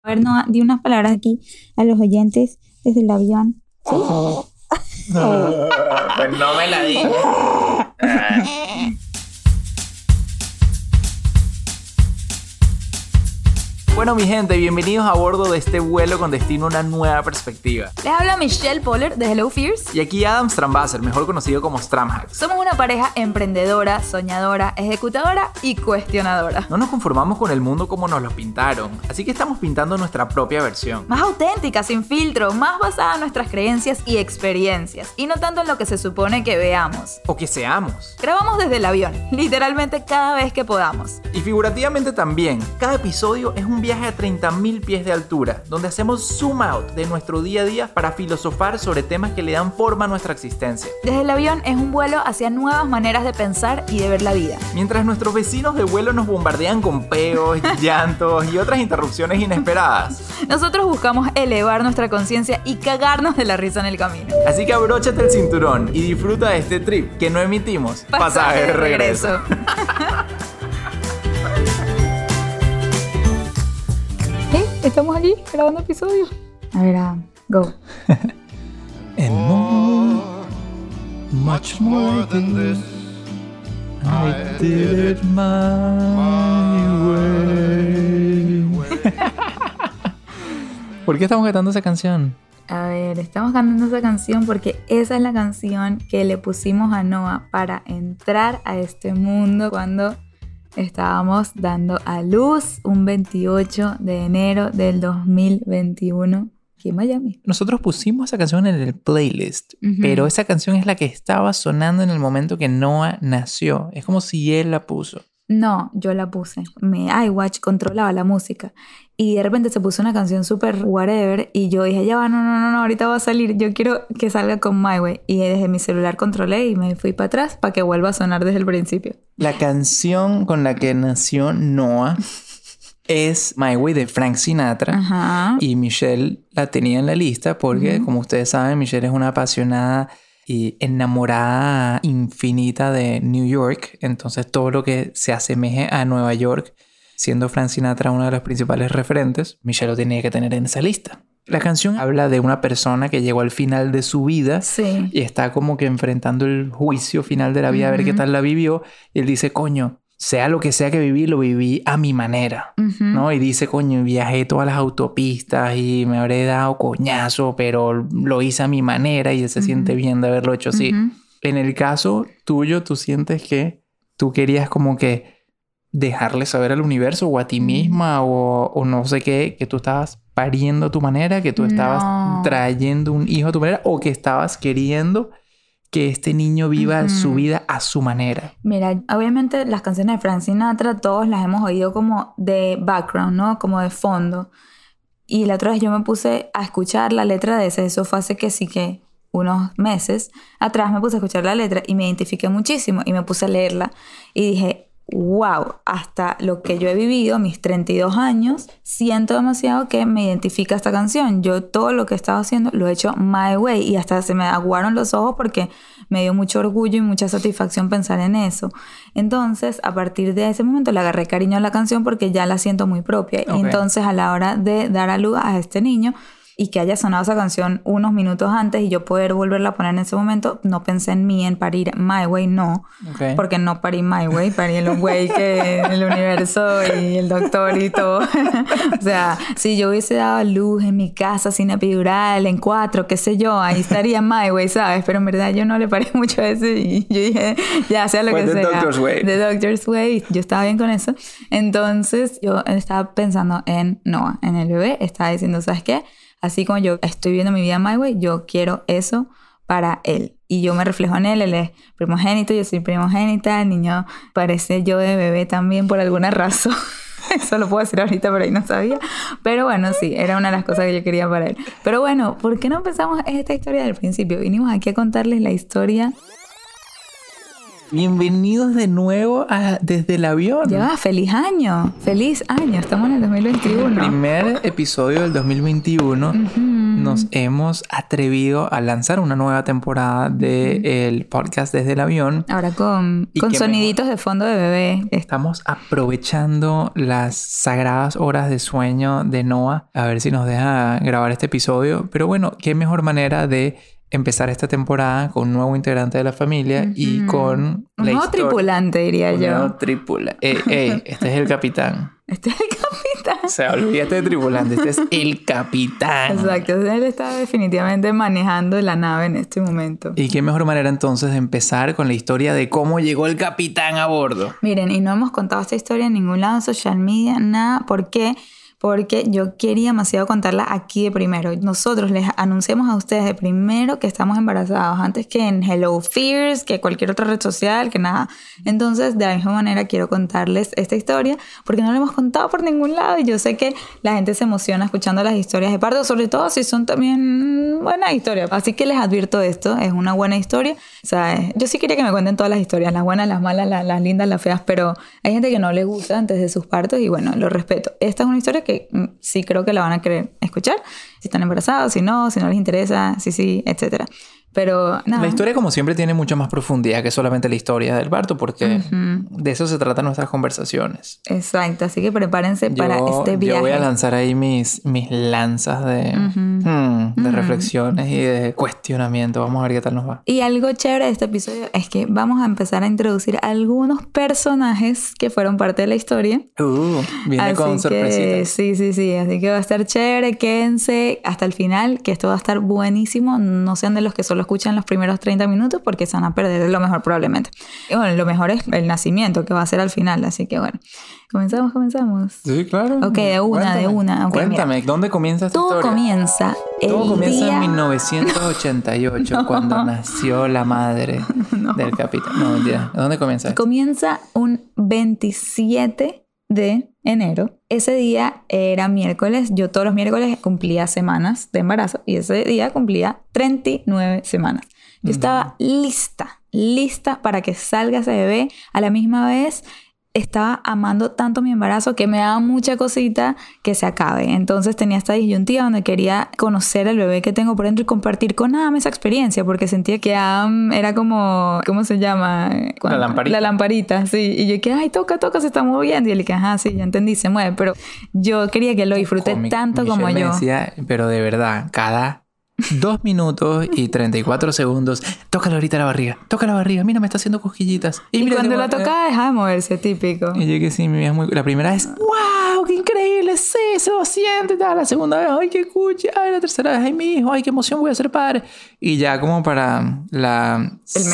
A ver, no, di unas palabras aquí a los oyentes desde el avión. ¿Sí? Pues no me la digas. Bueno, mi gente, bienvenidos a bordo de este vuelo con destino a una nueva perspectiva. Les habla Michelle Poller de Hello Fears. Y aquí Adam Strambasser, mejor conocido como Stramhacks. Somos una pareja emprendedora, soñadora, ejecutadora y cuestionadora. No nos conformamos con el mundo como nos lo pintaron, así que estamos pintando nuestra propia versión. Más auténtica, sin filtro, más basada en nuestras creencias y experiencias, y no tanto en lo que se supone que veamos. O que seamos. Grabamos desde el avión, literalmente cada vez que podamos. Y figurativamente también, cada episodio es un viaje a 30.000 pies de altura, donde hacemos zoom out de nuestro día a día para filosofar sobre temas que le dan forma a nuestra existencia. Desde el avión es un vuelo hacia nuevas maneras de pensar y de ver la vida. Mientras nuestros vecinos de vuelo nos bombardean con peos, llantos y otras interrupciones inesperadas. Nosotros buscamos elevar nuestra conciencia y cagarnos de la risa en el camino. Así que abróchate el cinturón y disfruta de este trip que no emitimos. Pasaje de regreso. Estamos aquí grabando episodio. A ver, go. And more, much more than this, I did it my way. ¿Por qué estamos cantando esa canción? A ver, estamos cantando esa canción porque esa es la canción que le pusimos a Noah para entrar a este mundo cuando estábamos dando a luz un 28 de enero del 2021 aquí en Miami. Nosotros pusimos esa canción en el playlist, pero esa canción es la que estaba sonando en el momento que Noah nació. Es como si él la puso. No, yo la puse. Mi iWatch controlaba la música y de repente se puso una canción súper whatever y yo dije, ya va, no, ahorita va a salir. Yo quiero que salga con My Way. Y desde mi celular controlé y me fui para atrás para que vuelva a sonar desde el principio. La canción con la que nació Noah es My Way de Frank Sinatra. Ajá. Y Michelle la tenía en la lista porque, como ustedes saben, Michelle es una apasionada y enamorada infinita de New York. Entonces todo lo que se asemeje a Nueva York, siendo Frank Sinatra uno de los principales referentes, Michelle lo tenía que tener en esa lista. La canción habla de una persona que llegó al final de su vida y está como que enfrentando el juicio final de la vida, a ver qué tal la vivió. Y él dice, coño, sea lo que sea que viví, lo viví a mi manera, ¿no? Y dice, coño, viajé todas las autopistas y me habré dado coñazo, pero lo hice a mi manera y él se siente bien de haberlo hecho así. En el caso tuyo, ¿tú sientes que tú querías como que dejarle saber al universo o a ti misma o no sé qué, que tú estabas pariendo a tu manera, que tú estabas trayendo un hijo a tu manera o que estabas queriendo que este niño viva su vida a su manera? Mira, obviamente las canciones de Frank Sinatra todos las hemos oído como de background, ¿no? Como de fondo. Y la otra vez yo me puse a escuchar la letra de ese. Eso fue hace que unos meses atrás me puse a escuchar la letra y me identifiqué muchísimo y me puse a leerla y dije, wow, hasta lo que yo he vivido, mis 32 años, siento demasiado que me identifica esta canción. Yo todo lo que he estado haciendo lo he hecho my way y hasta se me aguaron los ojos porque me dio mucho orgullo y mucha satisfacción pensar en eso. Entonces, a partir de ese momento le agarré cariño a la canción porque ya la siento muy propia. Okay. Entonces, a la hora de dar a luz a este niño y que haya sonado esa canción unos minutos antes y yo poder volverla a poner en ese momento, no pensé en mí, en parir my way, no. Okay. Porque no parí my way, parí el way que el universo y el doctor y todo. O sea, si yo hubiese dado a luz en mi casa sin epidural, en 4, qué sé yo, ahí estaría my way, ¿sabes? Pero en verdad yo no le paré mucho a eso y yo dije, ya sea lo que sea. The Doctor's Way. The Doctor's Way. Yo estaba bien con eso. Entonces yo estaba pensando en Noah, en el bebé. Estaba diciendo, ¿sabes qué? Así como yo estoy viendo mi vida my way, yo quiero eso para él. Y yo me reflejo en él. Él es primogénito, yo soy primogénita. El niño parece yo de bebé también por alguna razón. Eso lo puedo decir ahorita, pero ahí no sabía. Pero bueno, sí, era una de las cosas que yo quería para él. Pero bueno, ¿por qué no empezamos esta historia del principio? Vinimos aquí a contarles la historia. Bienvenidos de nuevo desde el avión. Ya, feliz año, estamos en el 2021. Primer episodio del 2021. nos hemos atrevido a lanzar una nueva temporada del podcast Desde el Avión. Ahora con soniditos de fondo de bebé. Estamos aprovechando las sagradas horas de sueño de Noah. A ver si nos deja grabar este episodio. Pero bueno, qué mejor manera de empezar esta temporada con un nuevo integrante de la familia y con un nuevo tripulante, diría yo. Un nuevo tripulante. Este es el capitán. Este es el capitán. O sea, olvídate de tripulante, este es el capitán. Exacto, él está definitivamente manejando la nave en este momento. ¿Y qué mejor manera entonces de empezar con la historia de cómo llegó el capitán a bordo? Miren, y no hemos contado esta historia en ningún lado en social media, nada. ¿Por qué? Porque yo quería demasiado contarla aquí de primero. Nosotros les anunciamos a ustedes de primero que estamos embarazados, antes que en Hello Fears, que cualquier otra red social, que nada. Entonces, de la misma manera quiero contarles esta historia, porque no la hemos contado por ningún lado. Y yo sé que la gente se emociona escuchando las historias de parto, sobre todo si son también buenas historias. Así que les advierto esto, es una buena historia. O sea, yo sí quería que me cuenten todas las historias, las buenas, las malas, las lindas, las feas, pero hay gente que no le gusta antes de sus partos y bueno, lo respeto. Esta es una historia que sí creo que la van a querer escuchar, si están embarazados, si no les interesa, sí, etcétera. Pero nada. La historia, como siempre, tiene mucha más profundidad que solamente la historia del parto, porque de eso se tratan nuestras conversaciones. Exacto, así que prepárense para este viaje. Yo voy a lanzar ahí mis lanzas de reflexiones y de cuestionamiento. Vamos a ver qué tal nos va. Y algo chévere de este episodio es que vamos a empezar a introducir algunos personajes que fueron parte de la historia. Viene así con sorpresitas. Sí, así que va a estar chévere. Quédense hasta el final, que esto va a estar buenísimo. No sean de los que solo escuchan los primeros 30 minutos porque se van a perder lo mejor probablemente. Y bueno, lo mejor es el nacimiento que va a ser al final, así que bueno. ¿Comenzamos? Sí, claro. Ok, de una. Okay, cuéntame, mira. ¿Dónde comienza esta Todo historia? Todo comienza en 1988, cuando nació la madre del capitán. No, mentira. ¿Dónde comienza esto? Comienza un 27 de enero. Ese día era miércoles. Yo todos los miércoles cumplía semanas de embarazo y ese día cumplía 39 semanas. Yo estaba lista para que salga ese bebé. A la misma vez estaba amando tanto mi embarazo que me daba mucha cosita que se acabe. Entonces tenía esta disyuntiva donde quería conocer al bebé que tengo por dentro y compartir con Adam esa experiencia, porque sentía que Adam era como, ¿cómo se llama? La lamparita. La lamparita, sí. Y yo que, ay, toca, se está moviendo. Y él que, ajá, sí, ya entendí, se mueve. Pero yo quería que lo disfrute tanto como Michelle yo. Me decía, pero de verdad, cada 2 minutos y 34 segundos, tócale ahorita la barriga, mira, me está haciendo cosquillitas. Y mira, cuando la tocaba dejaba de moverse, típico. Y yo que sí, mi vida es muy... La primera vez, ¡wow! ¡Qué increíble! Sí, se lo siente. La segunda vez, ¡ay, qué cuchi! ¡Ay, la tercera vez, ay, mi hijo! ¡Ay, qué emoción! Voy a ser padre. Y ya como para la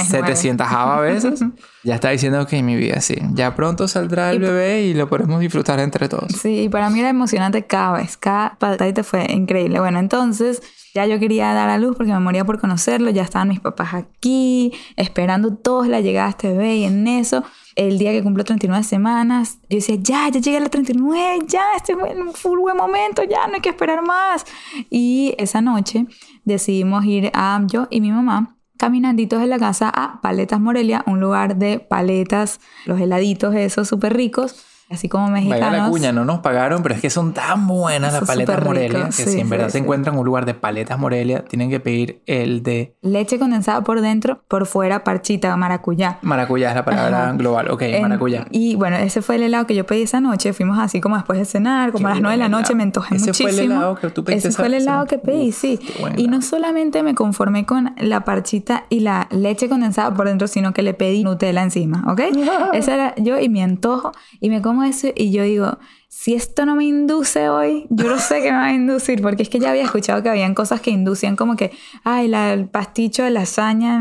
700ª veces, ya está diciendo que mi vida, sí. Ya pronto saldrá el bebé y lo podremos disfrutar entre todos. Sí, y para mí era emocionante cada vez. Cada patadita fue increíble. Bueno, entonces... Ya yo quería dar a luz porque me moría por conocerlo. Ya estaban mis papás aquí, esperando todos la llegada de este bebé. Y en eso, el día que cumplo 39 semanas, yo decía, ya llegué a la 39, ya, este es un full buen momento, ya no hay que esperar más. Y esa noche decidimos ir yo y mi mamá caminanditos de la casa a Paletas Morelia, un lugar de paletas, los heladitos esos súper ricos. Así como mexicanos. Vaya la cuña, no nos pagaron, pero es que son tan buenas las paletas Morelia que si en verdad se encuentran un lugar de paletas Morelia, tienen que pedir el de... leche condensada por dentro, por fuera parchita, maracuyá. Maracuyá es la palabra global. Ok, maracuyá. Y bueno, ese fue el helado que yo pedí esa noche. Fuimos así como después de cenar, como a las 9 de la noche, me antojé muchísimo. ¿Ese fue el helado que tú pediste? Ese fue el helado que pedí, sí. Y no solamente me conformé con la parchita y la leche condensada por dentro, sino que le pedí Nutella encima, ¿ok? Esa era yo y mi antojo. Y me como eso y yo digo, si esto no me induce hoy, yo no sé qué me va a inducir, porque es que ya había escuchado que habían cosas que inducían como que, ay, el pasticho de lasaña,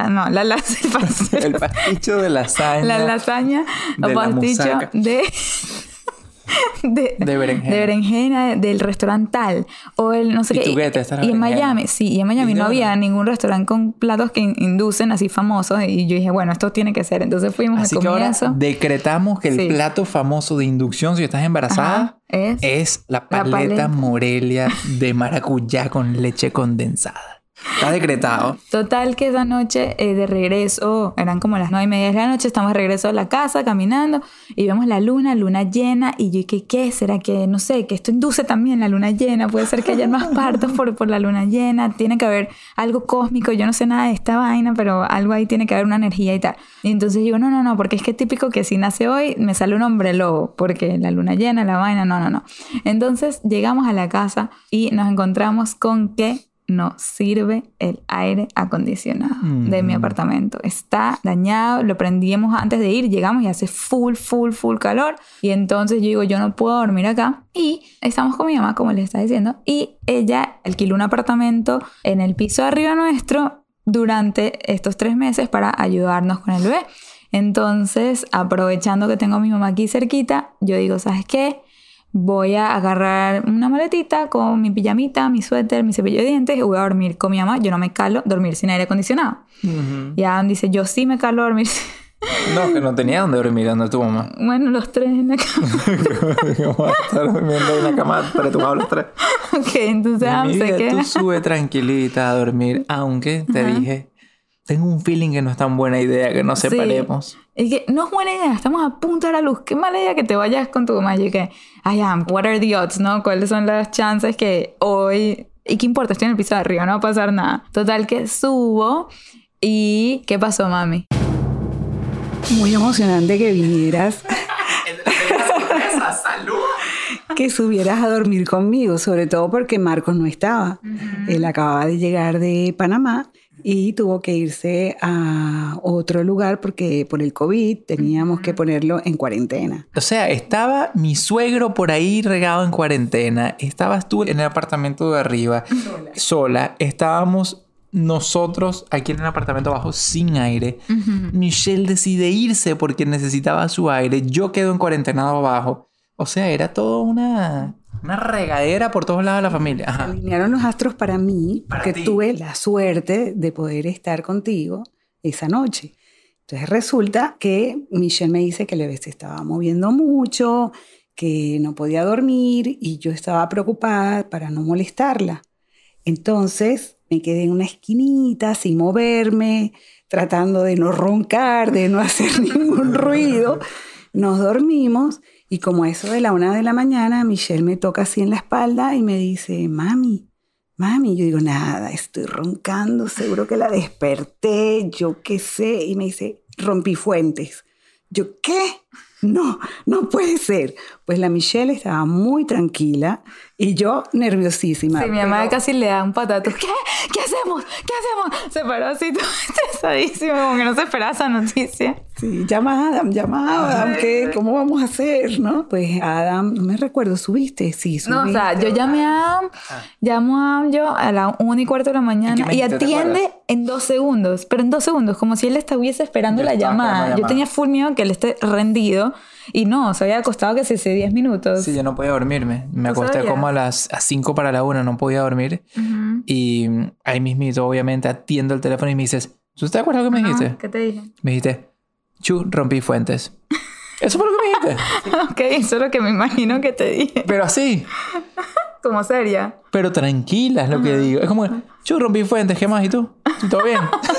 el pasticho de lasaña. La lasaña, el pasticho de berenjena del restaurante tal o el no sé qué. Y en Miami, y en Miami no había ningún restaurante con platos que inducen así famosos y yo dije, bueno, esto tiene que ser. Entonces fuimos así que ahora decretamos que el plato famoso de inducción si estás embarazada es la paleta Morelia de maracuyá con leche condensada. Está decretado. Total que esa noche de regreso, eran como las 9:30 de la noche, estamos de regreso a la casa caminando y vemos la luna llena y yo dije, ¿qué será? Que no sé, que esto induce también la luna llena, puede ser que haya más partos por la luna llena, tiene que haber algo cósmico, yo no sé nada de esta vaina, pero algo ahí tiene que haber una energía y tal. Y entonces digo, no, porque es que es típico que si nace hoy me sale un hombre lobo, porque la luna llena, la vaina, no. Entonces llegamos a la casa y nos encontramos con que no sirve el aire acondicionado de mi apartamento. Está dañado, lo prendíamos antes de ir, llegamos y hace full calor. Y entonces yo digo, yo no puedo dormir acá. Y estamos con mi mamá, como les estaba diciendo, y ella alquiló un apartamento en el piso de arriba nuestro durante estos 3 meses para ayudarnos con el bebé. Entonces, aprovechando que tengo a mi mamá aquí cerquita, yo digo, ¿sabes qué? Voy a agarrar una maletita con mi pijamita, mi suéter, mi cepillo de dientes y voy a dormir con mi mamá. Yo no me calo dormir sin aire acondicionado. Y Adam dice, yo sí me calo dormir sin... No, que no tenía dónde dormir, ¿dónde tu mamá? Bueno, los 3 en la cama. ¿Cómo vas a estar durmiendo en la cama pretumbado los 3? Ok, entonces Adam se queda. Tú sube tranquilita a dormir, aunque te dije... Tengo un feeling que no es tan buena idea que nos separemos. Sí. Es que no es buena idea, estamos a punto de la luz. Qué mala idea que te vayas con tu mamá. Y que, what are the odds, ¿no? ¿Cuáles son las chances que hoy... ¿Y qué importa? Estoy en el piso de arriba, no va a pasar nada. Total que subo y... ¿Qué pasó, mami? Muy emocionante que vinieras. ¡Salud! Que subieras a dormir conmigo, sobre todo porque Marcos no estaba. Él acababa de llegar de Panamá y tuvo que irse a otro lugar porque por el COVID teníamos que ponerlo en cuarentena. O sea, estaba mi suegro por ahí regado en cuarentena. Estabas tú en el apartamento de arriba, sola. Estábamos nosotros aquí en el apartamento abajo sin aire. Michelle decide irse porque necesitaba su aire. Yo quedo en cuarentenado abajo. O sea, era todo una regadera por todos lados de la familia. Ajá. Alinearon los astros para mí, Para porque ti. tuve la suerte de poder estar contigo esa noche. Entonces resulta que Michelle me dice que el bebé se estaba moviendo mucho, que no podía dormir y yo estaba preocupada para no molestarla. Entonces me quedé en una esquinita sin moverme, tratando de no roncar, de no hacer ningún ruido. Nos dormimos. Y como a eso de la 1 de la mañana, Michelle me toca así en la espalda y me dice, mami. Yo digo, nada, estoy roncando, seguro que la desperté, yo qué sé. Y me dice, rompí fuentes. Yo, ¿qué? No puede ser. Pues la Michelle estaba muy tranquila y yo nerviosísima. Sí, mi mamá casi le da un patato. ¿Qué hacemos? Se paró así todo estresadísimo, como que no se esperaba esa noticia. Sí, llama a Adam, ¿cómo vamos a hacer, no? Pues Adam, no me recuerdo, ¿subiste? Sí, subiste. No, o sea, yo llamé a Adam, llamo a Adam yo a la 1:15 de la mañana y atiende en 2 segundos, pero en 2 segundos, como si él estuviese esperando la llamada. Yo tenía full miedo que él esté rendido y no, se había acostado que hace 10 minutos. Sí, yo no podía dormirme. Me acosté como a 5 para la 1, no podía dormir. Y ahí mismito, obviamente, atiendo el teléfono y me dices, ¿tú te acuerdas lo que me dijiste? ¿Qué te dije? Me dijiste, rompí fuentes. Eso fue lo que me dijiste. Ok, eso es lo que me imagino que te dije. Pero así. Como seria. Pero tranquila es lo que digo. Es como, rompí fuentes, ¿qué más? ¿Y tú? ¿Todo bien?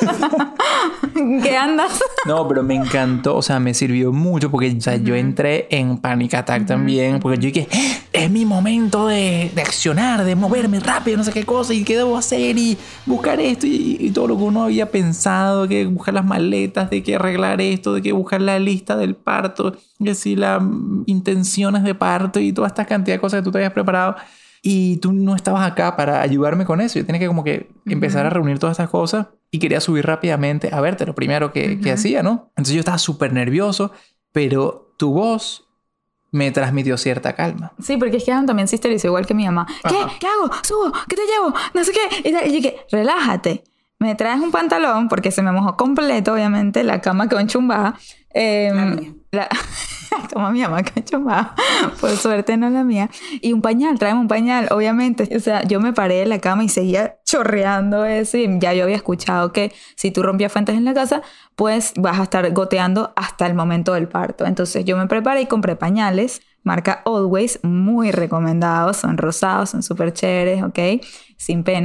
¿Qué andas? No, pero me encantó. O sea, me sirvió mucho porque o sea, yo entré en panic attack también. Porque yo dije, es mi momento de accionar, de moverme rápido, no sé qué cosa. Y qué debo hacer y buscar esto. Y todo lo que uno había pensado. De que buscar las maletas, de que arreglar esto, de que buscar la lista del parto. Que si las intenciones de parto y toda esta cantidad de cosas que tú te habías preparado. Y tú no estabas acá para ayudarme con eso. Yo tenía que como que empezar a reunir todas estas cosas. Y quería subir rápidamente a verte lo primero que hacía, ¿no? Entonces yo estaba súper nervioso. Pero tu voz me transmitió cierta calma. Sí, porque es que Adam también se hizo igual que mi mamá. ¿Qué hago? ¿Subo? ¿Qué te llevo? No sé qué. Y yo dije, relájate. Me traes un pantalón porque se me mojó completo, obviamente. La cama quedó enchumbada. La mía. Toma mi mamá que chumbada. Por suerte no la mía. Y un pañal, tráeme un pañal, obviamente. O sea, yo me paré de la cama y seguía chorreando eso. Y ya yo había escuchado que si tú rompías fuentes en la casa, pues vas a estar goteando hasta el momento del parto. Entonces yo me preparé y compré pañales. Marca Always, muy recomendados. Son rosados, son súper chéveres, ¿ok? Sin pena.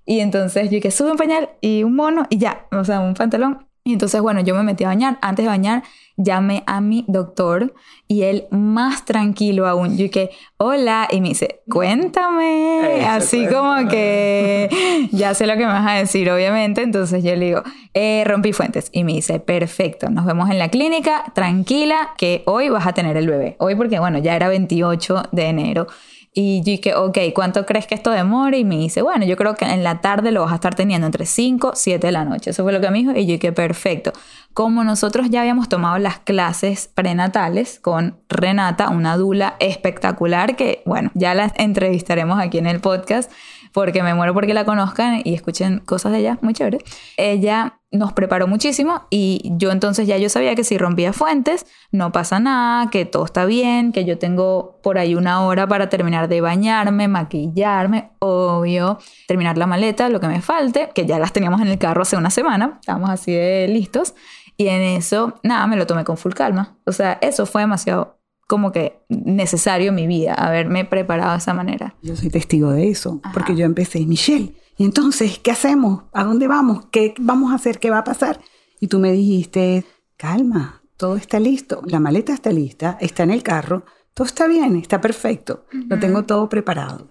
Y entonces yo que sube un pañal y un mono y ya, o sea, un pantalón. Y entonces, bueno, yo me metí a bañar. Antes de bañar, llamé a mi doctor y él más tranquilo aún. Yo dije, hola, y me dice, cuéntame. Así como que ya sé lo que me vas a decir, obviamente. Entonces yo le digo, rompí fuentes. Y me dice, perfecto, nos vemos en la clínica, tranquila, que hoy vas a tener el bebé. Hoy porque, bueno, ya era 28 de enero. Y yo dije, ok, ¿cuánto crees que esto demore? Y me dice, bueno, yo creo que en la tarde lo vas a estar teniendo entre 5 y 7 de la noche. Eso fue lo que me dijo. Y yo dije, perfecto. Como nosotros ya habíamos tomado las clases prenatales con Renata, una dula espectacular que, bueno, ya la entrevistaremos aquí en el podcast porque me muero porque la conozcan y escuchen cosas de ella, muy chévere. Ella nos preparó muchísimo y yo entonces ya yo sabía que si rompía fuentes no pasa nada, que todo está bien, que yo tengo por ahí 1 hora para terminar de bañarme, maquillarme, obvio, terminar la maleta, lo que me falte, que ya las teníamos en el carro hace una semana, estábamos así de listos y en eso, nada, me lo tomé con full calma. O sea, eso fue demasiado como que necesario en mi vida, haberme preparado de esa manera. Yo soy testigo de eso, Ajá. porque yo empecé, Michelle, y entonces, ¿qué hacemos? ¿A dónde vamos? ¿Qué vamos a hacer? ¿Qué va a pasar? Y tú me dijiste, calma, todo está listo, la maleta está lista, está en el carro, todo está bien, está perfecto, lo tengo todo preparado.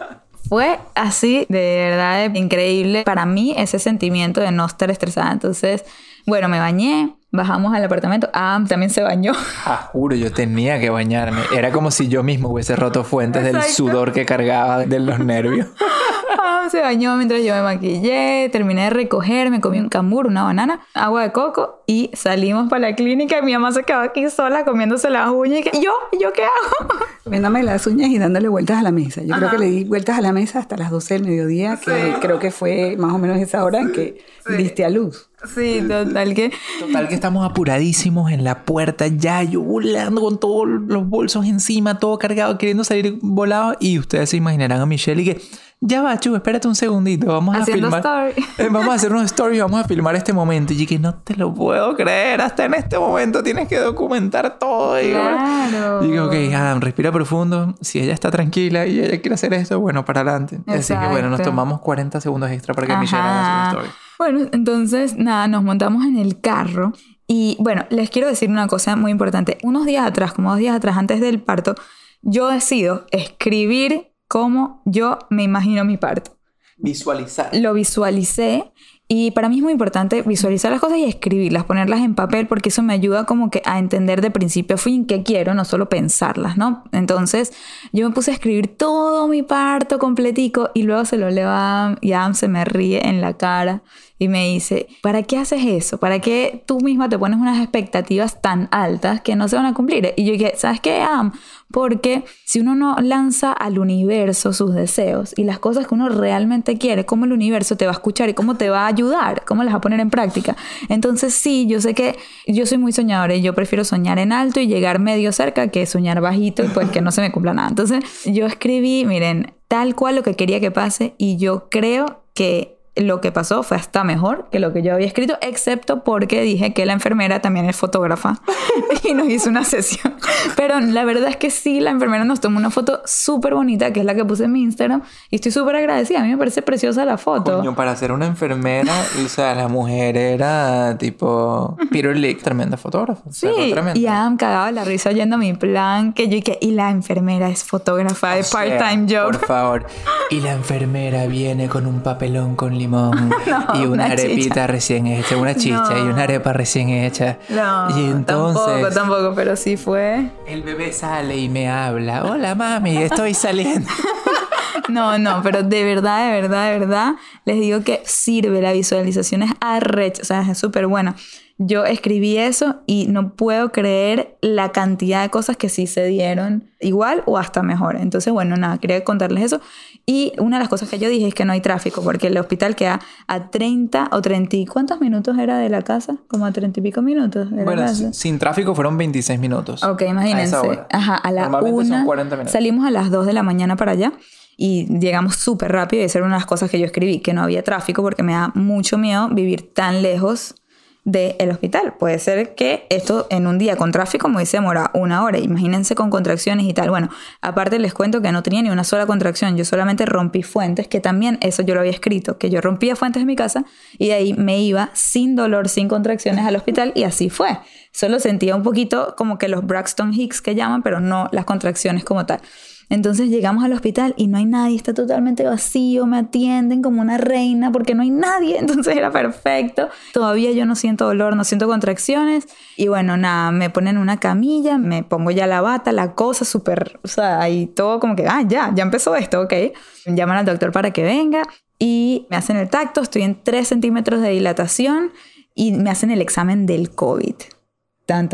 Fue así, de verdad, increíble para mí ese sentimiento de no estar estresada. Entonces, bueno, me bañé, bajamos al apartamento. También se bañó. Juro, yo tenía que bañarme. Era como si yo mismo hubiese roto fuentes del Exacto. sudor que cargaba de los nervios. Se bañó mientras yo me maquillé, terminé de recoger, me comí un cambur, una banana, agua de coco y salimos para la clínica y mi mamá se quedó aquí sola comiéndose las uñas y que, ¿yo qué hago? Viéndome las uñas y dándole vueltas a la mesa. Yo creo que le di vueltas a la mesa hasta las 12 del mediodía, que creo que fue más o menos esa hora en que diste a luz. Sí, total que... Total que estamos apuradísimos en la puerta ya, yo volando con todos los bolsos encima, todo cargado, queriendo salir volado. Y ustedes se imaginarán a Michelle y que, ya va, Chu, espérate un segundito, vamos Haciendo a filmar. story. Vamos a hacer unos stories, vamos a filmar este momento. Y que no te lo puedo creer, hasta en este momento tienes que documentar todo. Y Claro. digo, ok, Adam, respira profundo. Si ella está tranquila y ella quiere hacer esto, bueno, para adelante. Así que bueno, nos Exacto. tomamos 40 segundos extra para que Michelle haga su story. Bueno, entonces, nada, nos montamos en el carro y, bueno, les quiero decir una cosa muy importante. Unos días atrás, como 2 días atrás, antes del parto, yo decido escribir cómo yo me imagino mi parto. Visualizar. Lo visualicé y para mí es muy importante visualizar las cosas y escribirlas, ponerlas en papel porque eso me ayuda como que a entender de principio a fin qué quiero, no solo pensarlas, ¿no? Entonces yo me puse a escribir todo mi parto completico y luego se lo leo a Adam y Adam se me ríe en la cara y me dice, ¿para qué haces eso? ¿Para qué tú misma te pones unas expectativas tan altas que no se van a cumplir? Y yo dije, ¿sabes qué, Adam? Porque si uno no lanza al universo sus deseos y las cosas que uno realmente quiere, ¿cómo el universo te va a escuchar y cómo te va a ayudar? ¿Cómo las va a poner en práctica? Entonces sí, yo sé que yo soy muy soñadora y yo prefiero soñar en alto y llegar medio cerca que soñar bajito y pues que no se me cumpla nada. Entonces yo escribí, miren, tal cual lo que quería que pase y yo creo que lo que pasó fue hasta mejor que lo que yo había escrito, excepto porque dije que la enfermera también es fotógrafa y nos hizo una sesión. Pero la verdad es que sí, la enfermera nos tomó una foto súper bonita, que es la que puse en mi Instagram, y estoy súper agradecida. A mí me parece preciosa la foto. Coño, para ser una enfermera, o sea, la mujer era tipo Peter Lick, tremenda fotógrafa. O sea, Sí, tremenda. y Adam cagaba la risa oyendo mi plan, que yo y que, y la enfermera es fotógrafa de O sea, part-time job. Por favor. Y la enfermera viene con un papelón con limón y una una arepita chicha. recién hecha, una chicha No. y una arepa recién hecha. No, y entonces tampoco, pero sí fue... el bebé sale y me habla. Hola, mami, estoy saliendo. No, pero de verdad, les digo que sirve. La visualización es arrecha, o sea, es súper buena. Yo escribí eso y no puedo creer la cantidad de cosas que sí se dieron igual o hasta mejor. Entonces, bueno, nada, quería contarles eso. Y una de las cosas que yo dije es que no hay tráfico porque el hospital queda a 30 o 30 y... ¿Cuántos minutos era de la casa? Como a 30 y pico minutos de la Bueno, casa. sin tráfico fueron 26 minutos. Ok, A esa imagínense. hora. Ajá, a la Normalmente son 1 40 minutos. salimos a las 2 de la mañana para allá y llegamos súper rápido y esa era una de las cosas que yo escribí, que no había tráfico porque me da mucho miedo vivir tan lejos del hospital. Puede ser que esto en un día con tráfico me hubiese demorado 1 hora. Imagínense con contracciones y tal. Bueno, aparte les cuento que no tenía ni una sola contracción. Yo solamente rompí fuentes, que también eso yo lo había escrito, que yo rompía fuentes en mi casa y de ahí me iba sin dolor, sin contracciones al hospital y así fue. Solo sentía un poquito como que los Braxton Hicks que llaman, pero no las contracciones como tal. Entonces llegamos al hospital y no hay nadie, está totalmente vacío, me atienden como una reina porque no hay nadie, entonces era perfecto. Todavía yo no siento dolor, no siento contracciones y bueno, nada, me ponen una camilla, me pongo ya la bata, la cosa súper, o sea, ahí todo como que, ya empezó esto, ok. Llaman al doctor para que venga y me hacen el tacto, estoy en 3 centímetros de dilatación y me hacen el examen del COVID. Tan.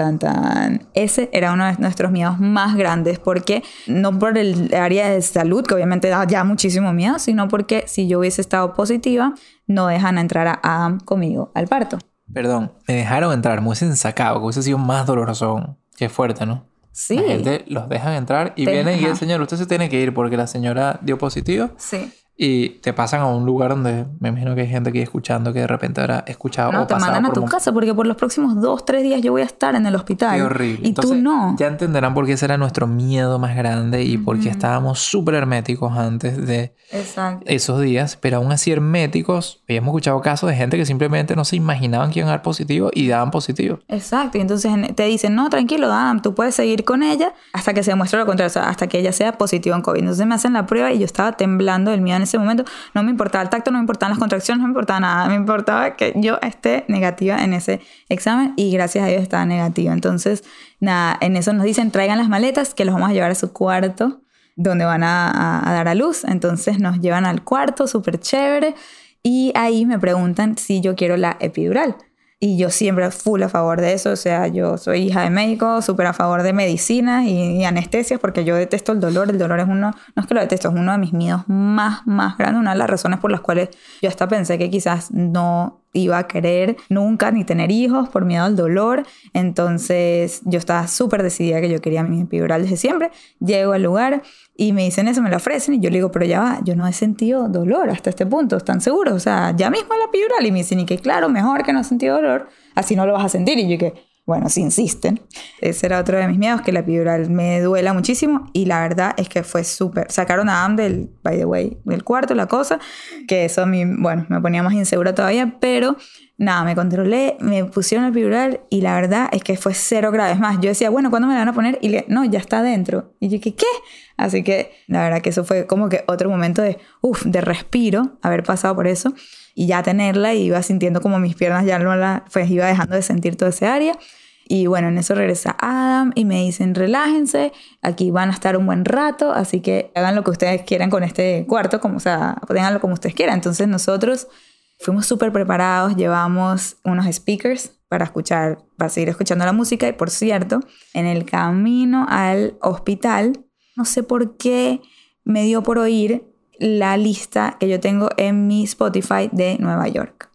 Ese era uno de nuestros miedos más grandes, porque no por el área de salud, que obviamente da ya muchísimo miedo, sino porque si yo hubiese estado positiva, no dejan entrar a Adam conmigo al parto. Perdón, me dejaron entrar, me hubiesen sacado, que hubiese sido más doloroso. Qué fuerte, ¿no? Sí. La gente los dejan entrar y vienen y el señor, usted se tiene que ir porque la señora dio positivo. Sí. Y te pasan a un lugar donde me imagino que hay gente aquí escuchando que de repente habrá escuchado no, o pasado. No, te mandan a tu casa porque por los próximos 2-3 días yo voy a estar en el hospital. Qué horrible. Y entonces, tú no. Ya entenderán por qué ese era nuestro miedo más grande y por qué estábamos súper herméticos antes de esos días. Pero aún así herméticos, habíamos escuchado casos de gente que simplemente no se imaginaban que iban a dar positivo y daban positivo. Exacto. Y entonces te dicen, no, tranquilo, Adam, tú puedes seguir con ella hasta que se demuestre lo contrario, o sea, hasta que ella sea positiva en COVID. Entonces me hacen la prueba y yo estaba temblando del miedo en ese momento. No me importaba el tacto, no me importaban las contracciones, no me importaba nada. Me importaba que yo esté negativa en ese examen y gracias a Dios estaba negativa. Entonces, nada, en eso nos dicen, traigan las maletas que los vamos a llevar a su cuarto donde van a dar a luz. Entonces nos llevan al cuarto, súper chévere. Y ahí me preguntan si yo quiero la epidural. Y yo siempre full a favor de eso. O sea, yo soy hija de médico, súper a favor de medicinas y anestesias porque yo detesto el dolor. El dolor es no es que lo detesto, es uno de mis miedos más grandes. Una de las razones por las cuales yo hasta pensé que quizás no iba a querer nunca ni tener hijos por miedo al dolor. Entonces yo estaba súper decidida que yo quería mi epidural desde siempre. Llego al lugar y me dicen eso, me lo ofrecen y yo le digo, pero ya va, yo no he sentido dolor hasta este punto, ¿están seguros? O sea, ya mismo la epidural. Y me dicen, y que claro, mejor que no has sentido dolor, así no lo vas a sentir. Y yo que, bueno, si insisten. Ese era otro de mis miedos, que la epidural me duela muchísimo y la verdad es que fue súper. Sacaron a Adam by the way, del cuarto, la cosa, que eso a mí, bueno, me ponía más insegura todavía, pero nada, me controlé, me pusieron la epidural y la verdad es que fue 0 graves. Más, yo decía, bueno, ¿cuándo me la van a poner? Y no, ya está adentro. Y yo, ¿qué? Así que la verdad que eso fue como que otro momento de respiro, haber pasado por eso y ya tenerla, y iba sintiendo como mis piernas ya pues iba dejando de sentir toda esa área. Y bueno, en eso regresa Adam y me dicen, relájense, aquí van a estar un buen rato, así que hagan lo que ustedes quieran con este cuarto, o sea, ténganlo como ustedes quieran. Entonces nosotros fuimos súper preparados, llevamos unos speakers para seguir escuchando la música. Y por cierto, en el camino al hospital, no sé por qué me dio por oír la lista que yo tengo en mi Spotify de Nueva York.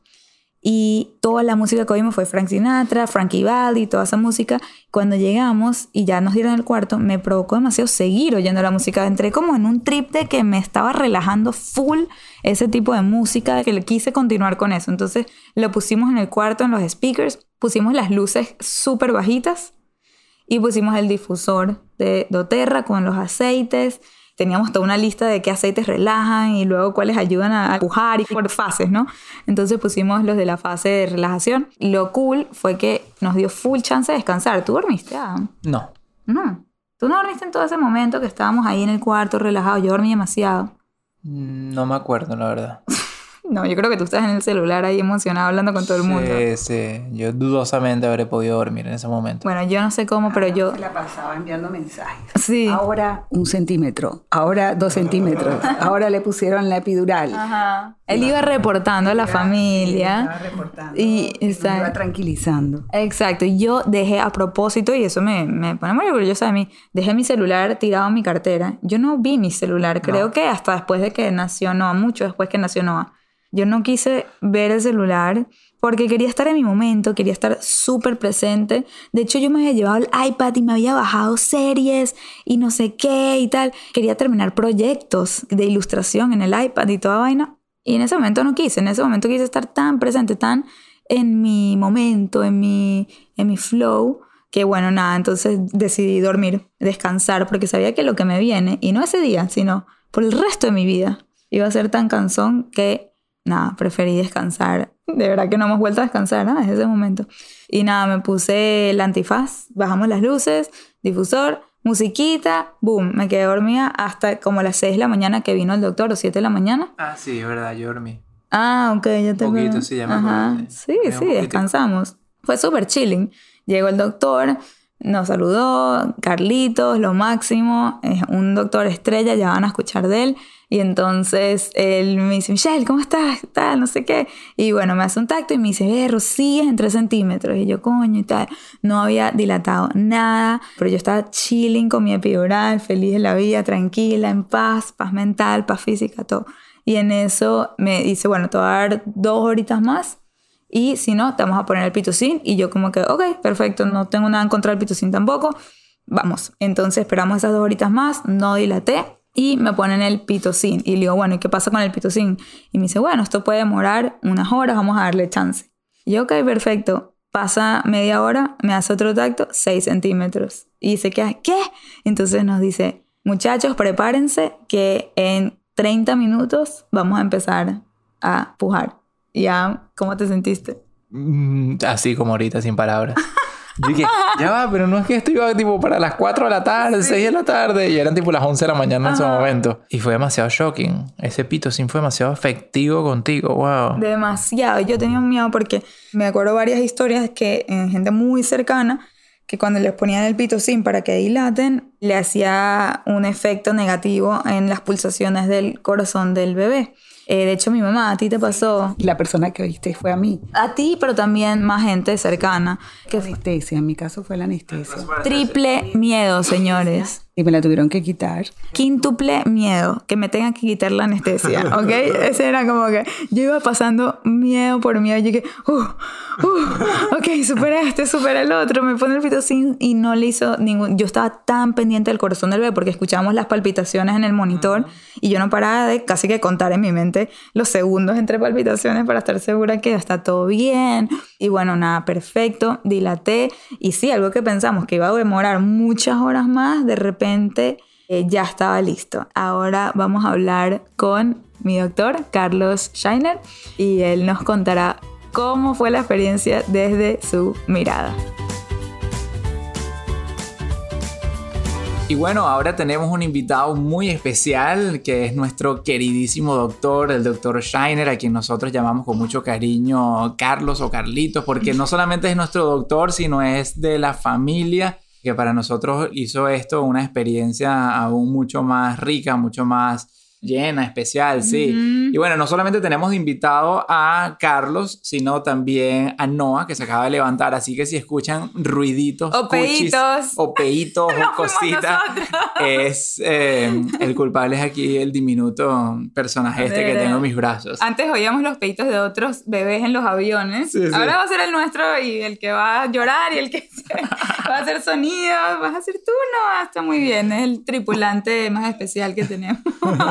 Y toda la música que oímos fue Frank Sinatra, Frankie Valli, toda esa música. Cuando llegamos y ya nos dieron el cuarto, me provocó demasiado seguir oyendo la música. Entré como en un trip de que me estaba relajando full ese tipo de música, que le quise continuar con eso. Entonces lo pusimos en el cuarto, en los speakers, pusimos las luces súper bajitas y pusimos el difusor de doTERRA con los aceites. Teníamos toda una lista de qué aceites relajan y luego cuáles ayudan a pujar y por fases, ¿no? Entonces pusimos los de la fase de relajación. Lo cool fue que nos dio full chance de descansar. ¿Tú dormiste, Adam? No. No. ¿Tú no dormiste en todo ese momento que estábamos ahí en el cuarto relajados? Yo dormí demasiado. No me acuerdo, la verdad. No, yo creo que tú estás en el celular ahí emocionado hablando con todo el mundo. Sí. Yo dudosamente habré podido dormir en ese momento. Bueno, yo no sé cómo, pero yo... Se la pasaba enviando mensajes. Sí. Ahora 1 centímetro, ahora 2 centímetros, ahora le pusieron la epidural. Ajá. Él iba reportando a la familia. Estaba reportando. Y me iba tranquilizando. Exacto. Y yo dejé a propósito, y eso me pone muy orgullosa de mí, dejé mi celular tirado en mi cartera. Yo no vi mi celular, creo que hasta después de que nació Noah, mucho después que nació Noah. Yo no quise ver el celular porque quería estar en mi momento, quería estar súper presente. De hecho, yo me había llevado el iPad y me había bajado series y no sé qué y tal. Quería terminar proyectos de ilustración en el iPad y toda vaina. Y en ese momento no quise. En ese momento quise estar tan presente, tan en mi momento, en mi flow, que bueno, nada, entonces decidí dormir, descansar, porque sabía que lo que me viene, y no ese día, sino por el resto de mi vida, iba a ser tan cansón que nada, preferí descansar. De verdad que no hemos vuelto a descansar, ¿no? Desde ese momento. Y nada, me puse el antifaz, bajamos las luces, difusor, musiquita, boom, me quedé dormida hasta como las 6 de la mañana que vino el doctor, o 7 de la mañana. Ah, sí, es verdad, yo dormí. Ah, ok, ya te Un poquito, sí, ya me acuerdo. Sí, descansamos. Fue súper chilling. Llegó el doctor, nos saludó, Carlitos, lo máximo, es un doctor estrella, ya van a escuchar de él. Y entonces él me dice, Michelle, ¿cómo estás? Tal, no sé qué. Y bueno, me hace un tacto y me dice, sigues en 3 centímetros. Y yo, coño, y tal. No había dilatado nada, pero yo estaba chilling con mi epidural, feliz de la vida, tranquila, en paz mental, paz física, todo. Y en eso me dice, bueno, te voy a dar 2 horitas más y si no, te vamos a poner el pitocin. Y yo como que, ok, perfecto, no tengo nada en contra del pitocin tampoco. Vamos. Entonces esperamos esas 2 horitas más, no dilaté y me ponen el pitocin. Y le digo, bueno, ¿y qué pasa con el pitocin? Y me dice, bueno, esto puede demorar unas horas, vamos a darle chance. Y yo, ok, perfecto. Pasa media hora, me hace otro tacto, 6 centímetros. Y se queda, ¿qué? Entonces nos dice, muchachos, prepárense que en 30 minutos vamos a empezar a pujar. Ya, ¿cómo te sentiste? Así como ahorita, sin palabras. Yo dije, ya va, pero no es que esto iba tipo para las 4 de la tarde, 6 de la tarde, y eran tipo las 11 de la mañana en ese momento. Y fue demasiado shocking. Ese pitocin fue demasiado efectivo contigo, wow. Demasiado. Yo tenía un miedo porque me acuerdo varias historias que gente muy cercana, que cuando les ponían el pitocin para que dilaten, le hacía un efecto negativo en las pulsaciones del corazón del bebé. De hecho, mi mamá, ¿a ti te pasó? La persona que oíste fue a mí. A ti, pero también más gente cercana. Anestesia, en mi caso fue la anestesia. Triple miedo, señores. Y me la tuvieron que quitar. Quíntuple miedo, que me tengan que quitar la anestesia, ¿ok? Ese era como que yo iba pasando miedo por miedo. Yo dije, ok, supera el otro. Me pone el pitocin y no le hizo ningún... Yo estaba tan pendiente del corazón del bebé porque escuchábamos las palpitaciones en el monitor y yo no paraba de casi que contar en mi mente los segundos entre palpitaciones para estar segura que está todo bien. Y bueno, nada, perfecto. Dilaté. Y sí, algo que pensamos que iba a demorar muchas horas más, de repente ya estaba listo. Ahora vamos a hablar con mi doctor, Carlos Scheiner, y él nos contará cómo fue la experiencia desde su mirada. Y bueno, ahora tenemos un invitado muy especial que es nuestro queridísimo doctor, el doctor Scheiner, a quien nosotros llamamos con mucho cariño Carlos o Carlitos, porque no solamente es nuestro doctor, sino es de la familia, que para nosotros hizo esto una experiencia aún mucho más rica, mucho más llena, especial, sí. Y bueno, no solamente tenemos de invitado a Carlos, sino también a Noah, que se acaba de levantar. Así que si escuchan ruiditos, o peitos, o cositas, es el culpable es aquí el diminuto personaje que tengo en mis brazos. Antes oíamos los peitos de otros bebés en los aviones. Sí. Ahora va a ser el nuestro y el que va a llorar y el que va a hacer sonidos. Vas a ser tú, Noah. Está muy bien. Es el tripulante más especial que tenemos.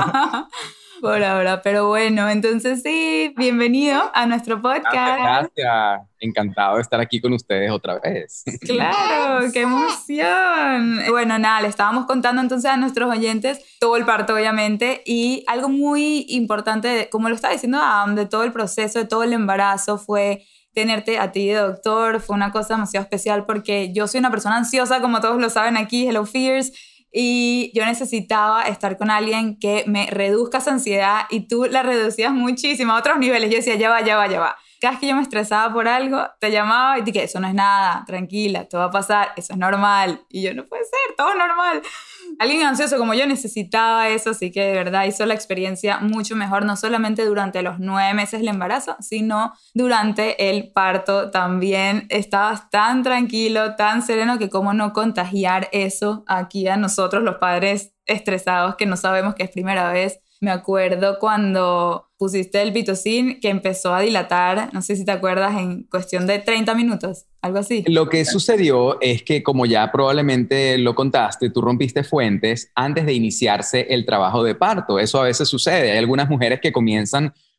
Por ahora, pero bueno, entonces sí, bienvenido a nuestro podcast. Gracias, encantado de estar aquí con ustedes otra vez. Claro, qué emoción. Bueno, nada, le estábamos contando entonces a nuestros oyentes todo el parto, obviamente, y algo muy importante, como lo estaba diciendo Adam, de todo el proceso, de todo el embarazo, fue tenerte a ti de doctor. Fue una cosa demasiado especial porque yo soy una persona ansiosa, como todos lo saben aquí, Hello Fears, y yo necesitaba estar con alguien que me reduzca esa ansiedad y tú la reducías muchísimo a otros niveles. Yo decía, ya va. Cada vez que yo me estresaba por algo, te llamaba y te dije, eso no es nada, tranquila, esto va a pasar, eso es normal. Y yo, no puede ser, todo es normal. Alguien ansioso como yo necesitaba eso, así que de verdad hizo la experiencia mucho mejor, no solamente durante los 9 meses del embarazo, sino durante el parto también. Estabas tan tranquilo, tan sereno, que cómo no contagiar eso aquí a nosotros, los padres estresados que no sabemos que es primera vez. Me acuerdo cuando pusiste el pitocin que empezó a dilatar, no sé si te acuerdas, en cuestión de 30 minutos, algo así. Lo que sucedió es que, como ya probablemente lo contaste, tú rompiste fuentes antes de iniciarse el trabajo de parto. Eso a veces sucede. Hay algunas mujeres que comienzan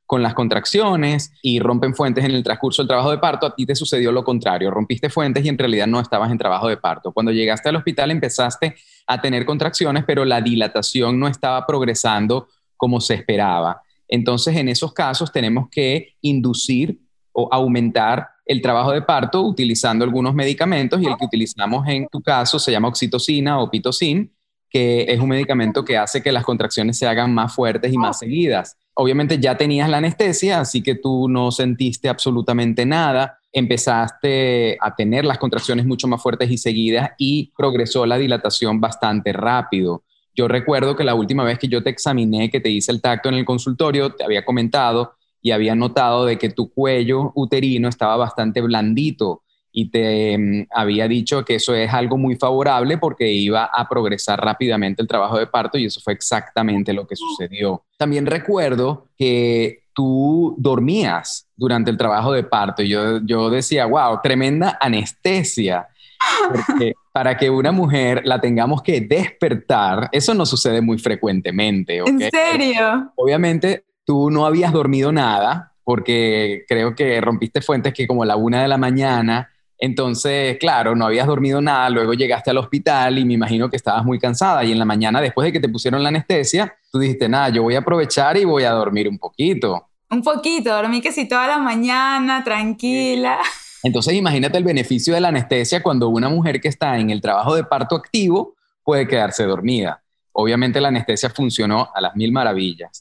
con las contracciones y rompen fuentes en el transcurso del trabajo de parto, a ti te sucedió lo contrario, rompiste fuentes y en realidad no estabas en trabajo de parto. Cuando llegaste al hospital empezaste a tener contracciones, pero la dilatación no estaba progresando como se esperaba. Entonces, en esos casos tenemos que inducir o aumentar el trabajo de parto utilizando algunos medicamentos, y el que utilizamos en tu caso se llama oxitocina o pitocin, que es un medicamento que hace que las contracciones se hagan más fuertes y más seguidas. Obviamente ya tenías la anestesia, así que tú no sentiste absolutamente nada. Empezaste a tener las contracciones mucho más fuertes y seguidas y progresó la dilatación bastante rápido. Yo recuerdo que la última vez que yo te examiné, que te hice el tacto en el consultorio, te había comentado y había notado de que tu cuello uterino estaba bastante blandito y te había dicho que eso es algo muy favorable porque iba a progresar rápidamente el trabajo de parto, y eso fue exactamente lo que sucedió. También recuerdo que tú dormías durante el trabajo de parto y yo decía, wow, tremenda anestesia. Porque para que una mujer la tengamos que despertar, eso no sucede muy frecuentemente, ¿ok? ¿En serio? Obviamente tú no habías dormido nada porque creo que rompiste fuentes que como la 1 de la mañana. Entonces, claro, no habías dormido nada, luego llegaste al hospital y me imagino que estabas muy cansada, y en la mañana, después de que te pusieron la anestesia, tú dijiste, nada, yo voy a aprovechar y voy a dormir un poquito. Un poquito, dormí casi toda la mañana, tranquila. Entonces, imagínate el beneficio de la anestesia cuando una mujer que está en el trabajo de parto activo puede quedarse dormida. Obviamente la anestesia funcionó a las mil maravillas.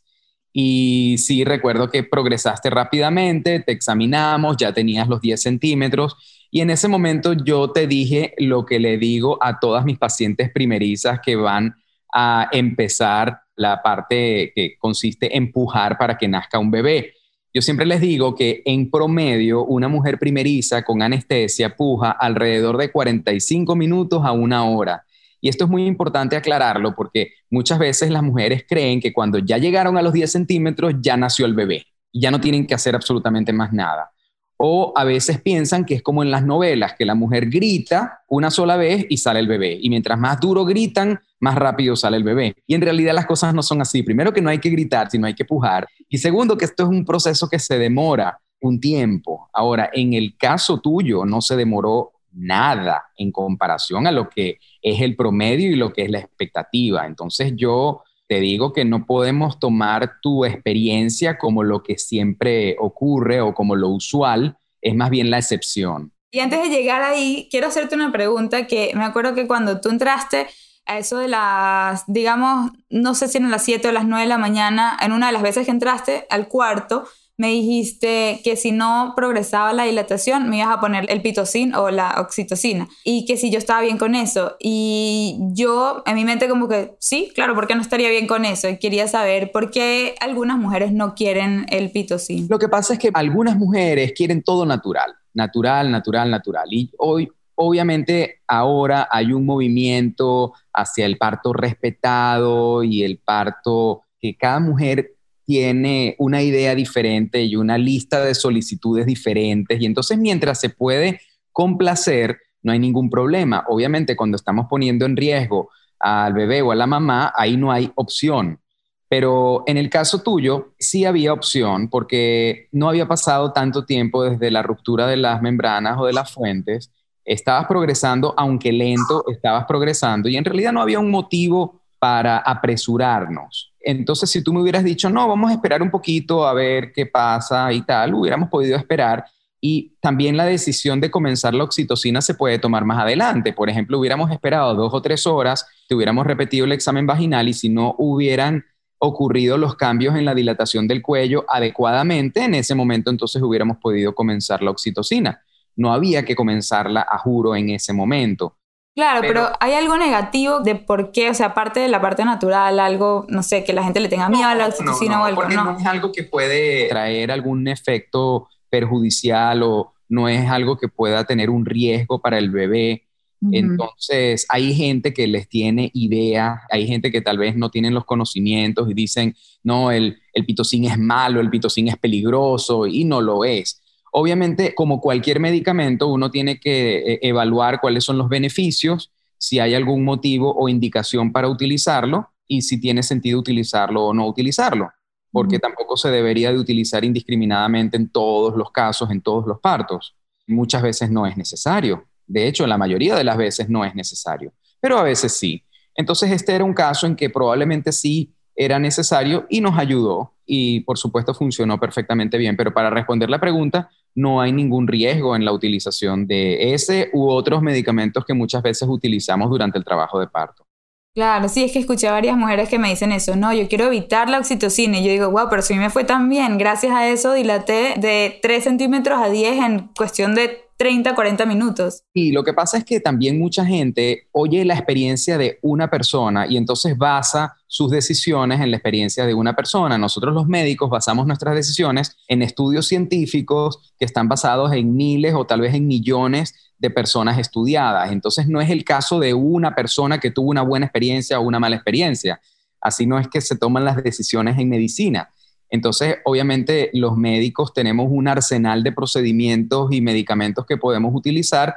Y sí, recuerdo que progresaste rápidamente, te examinamos, ya tenías los 10 centímetros. Y en ese momento yo te dije lo que le digo a todas mis pacientes primerizas que van a empezar la parte que consiste en pujar para que nazca un bebé. Yo siempre les digo que en promedio una mujer primeriza con anestesia puja alrededor de 45 minutos a 1 hora. Y esto es muy importante aclararlo porque muchas veces las mujeres creen que cuando ya llegaron a los 10 centímetros ya nació el bebé y ya no tienen que hacer absolutamente más nada. O a veces piensan que es como en las novelas, que la mujer grita una sola vez y sale el bebé. Y mientras más duro gritan, más rápido sale el bebé. Y en realidad las cosas no son así. Primero, que no hay que gritar, sino hay que pujar. Y segundo, que esto es un proceso que se demora un tiempo. Ahora, en el caso tuyo, no se demoró nada en comparación a lo que es el promedio y lo que es la expectativa. Entonces yo te digo que no podemos tomar tu experiencia como lo que siempre ocurre o como lo usual, es más bien la excepción. Y antes de llegar ahí, quiero hacerte una pregunta que me acuerdo que cuando tú entraste a eso de las, digamos, no sé si eran las 7 o las 9 de la mañana, en una de las veces que entraste al cuarto, me dijiste que si no progresaba la dilatación me ibas a poner el pitocin o la oxitocina y que si yo estaba bien con eso. Y yo en mi mente como que sí, claro, ¿por qué no estaría bien con eso? Y quería saber por qué algunas mujeres no quieren el pitocin. Lo que pasa es que algunas mujeres quieren todo natural, natural, natural, natural. Y hoy, obviamente, ahora hay un movimiento hacia el parto respetado y el parto que cada mujer tiene una idea diferente y una lista de solicitudes diferentes, y entonces mientras se puede complacer, no hay ningún problema. Obviamente cuando estamos poniendo en riesgo al bebé o a la mamá, ahí no hay opción. Pero en el caso tuyo sí había opción porque no había pasado tanto tiempo desde la ruptura de las membranas o de las fuentes. Estabas progresando, aunque lento, estabas progresando, y en realidad no había un motivo para apresurarnos. Entonces, si tú me hubieras dicho, no, vamos a esperar un poquito a ver qué pasa y tal, hubiéramos podido esperar. Y también la decisión de comenzar la oxitocina se puede tomar más adelante. Por ejemplo, hubiéramos esperado 2 o 3 horas, te hubiéramos repetido el examen vaginal, y si no hubieran ocurrido los cambios en la dilatación del cuello adecuadamente, en ese momento entonces hubiéramos podido comenzar la oxitocina. No había que comenzarla, a juro, en ese momento. Claro, pero ¿hay algo negativo de por qué? O sea, aparte de la parte natural, algo, no sé, que la gente le tenga miedo a la oxitocina o algo, porque no es algo que puede traer algún efecto perjudicial o no es algo que pueda tener un riesgo para el bebé. Entonces, hay gente que les tiene idea, hay gente que tal vez no tienen los conocimientos y dicen, no, el pitocin es malo, el pitocin es peligroso, y no lo es. Obviamente, como cualquier medicamento, uno tiene que evaluar cuáles son los beneficios, si hay algún motivo o indicación para utilizarlo y si tiene sentido utilizarlo o no utilizarlo. porque tampoco se debería de utilizar indiscriminadamente en todos los casos, en todos los partos. Muchas veces no es necesario. De hecho, la mayoría de las veces no es necesario, pero a veces sí. Entonces, este era un caso en que probablemente sí era necesario y nos ayudó y, por supuesto, funcionó perfectamente bien. Pero para responder la pregunta, no hay ningún riesgo en la utilización de ese u otros medicamentos que muchas veces utilizamos durante el trabajo de parto. Claro, sí, es que escuché a varias mujeres que me dicen eso, no, yo quiero evitar la oxitocina, y yo digo, wow, pero si a mí me fue tan bien, gracias a eso dilaté de 3 centímetros a 10 en cuestión de 30, 40 minutos. Y lo que pasa es que también mucha gente oye la experiencia de una persona y entonces basa sus decisiones en la experiencia de una persona. Nosotros los médicos basamos nuestras decisiones en estudios científicos que están basados en miles o tal vez en millones de personas estudiadas. Entonces no es el caso de una persona que tuvo una buena experiencia o una mala experiencia. Así no es que se toman las decisiones en medicina. Entonces, obviamente, los médicos tenemos un arsenal de procedimientos y medicamentos que podemos utilizar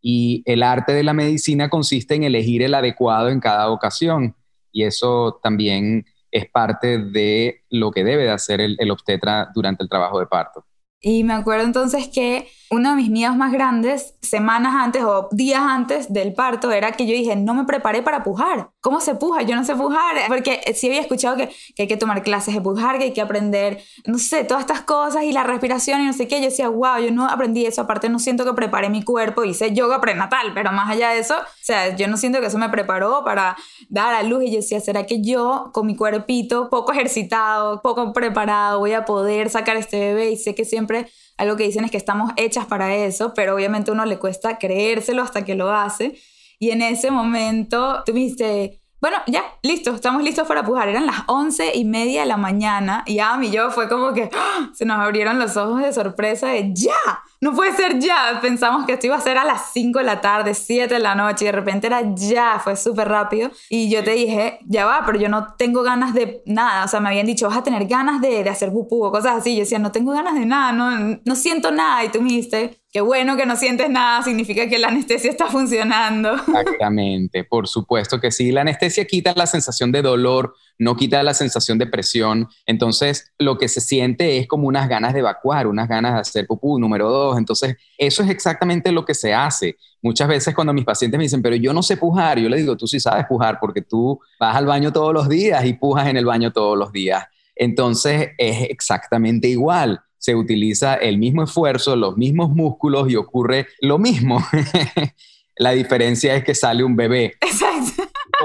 y el arte de la medicina consiste en elegir el adecuado en cada ocasión y eso también es parte de lo que debe de hacer el obstetra durante el trabajo de parto. Y me acuerdo entonces que uno de mis miedos más grandes, semanas antes o días antes del parto, era que yo dije, no me preparé para pujar. ¿Cómo se puja? Yo no sé pujar. Porque sí había escuchado que hay que tomar clases de pujar, que hay que aprender, no sé, todas estas cosas y la respiración y no sé qué. Yo decía, wow, yo no aprendí eso. Aparte no siento que preparé mi cuerpo. Hice yoga prenatal, pero más allá de eso, o sea, yo no siento que eso me preparó para dar a luz. Y yo decía, ¿será que yo con mi cuerpito poco ejercitado, poco preparado, voy a poder sacar este bebé? Y sé que siempre algo que dicen es que estamos hechas para eso, pero obviamente a uno le cuesta creérselo hasta que lo hace. Y en ese momento tú me dijiste, bueno, ya, listo, estamos listos para pujar. Eran las 11:30 de la mañana y a mí yo fue como que ¡oh! Se nos abrieron los ojos de sorpresa de ¡ya! No puede ser ya. Pensamos que esto iba a ser a las 5 de la tarde, 7 de la noche y de repente era ya, fue súper rápido. Y yo te dije, ya va, pero yo no tengo ganas de nada. O sea, me habían dicho, vas a tener ganas de hacer pupú o cosas así. Yo decía, no tengo ganas de nada, no siento nada. Y tú me dijiste, qué bueno que no sientes nada, significa que la anestesia está funcionando. Exactamente, por supuesto que sí. La anestesia quita la sensación de dolor, no quita la sensación de presión. Entonces, lo que se siente es como unas ganas de evacuar, unas ganas de hacer pupú, número 2. Entonces, eso es exactamente lo que se hace. Muchas veces cuando mis pacientes me dicen, pero yo no sé pujar, yo les digo, tú sí sabes pujar porque tú vas al baño todos los días y pujas en el baño todos los días. Entonces, es exactamente igual. Se utiliza el mismo esfuerzo, los mismos músculos y ocurre lo mismo. La diferencia es que sale un bebé. Exacto.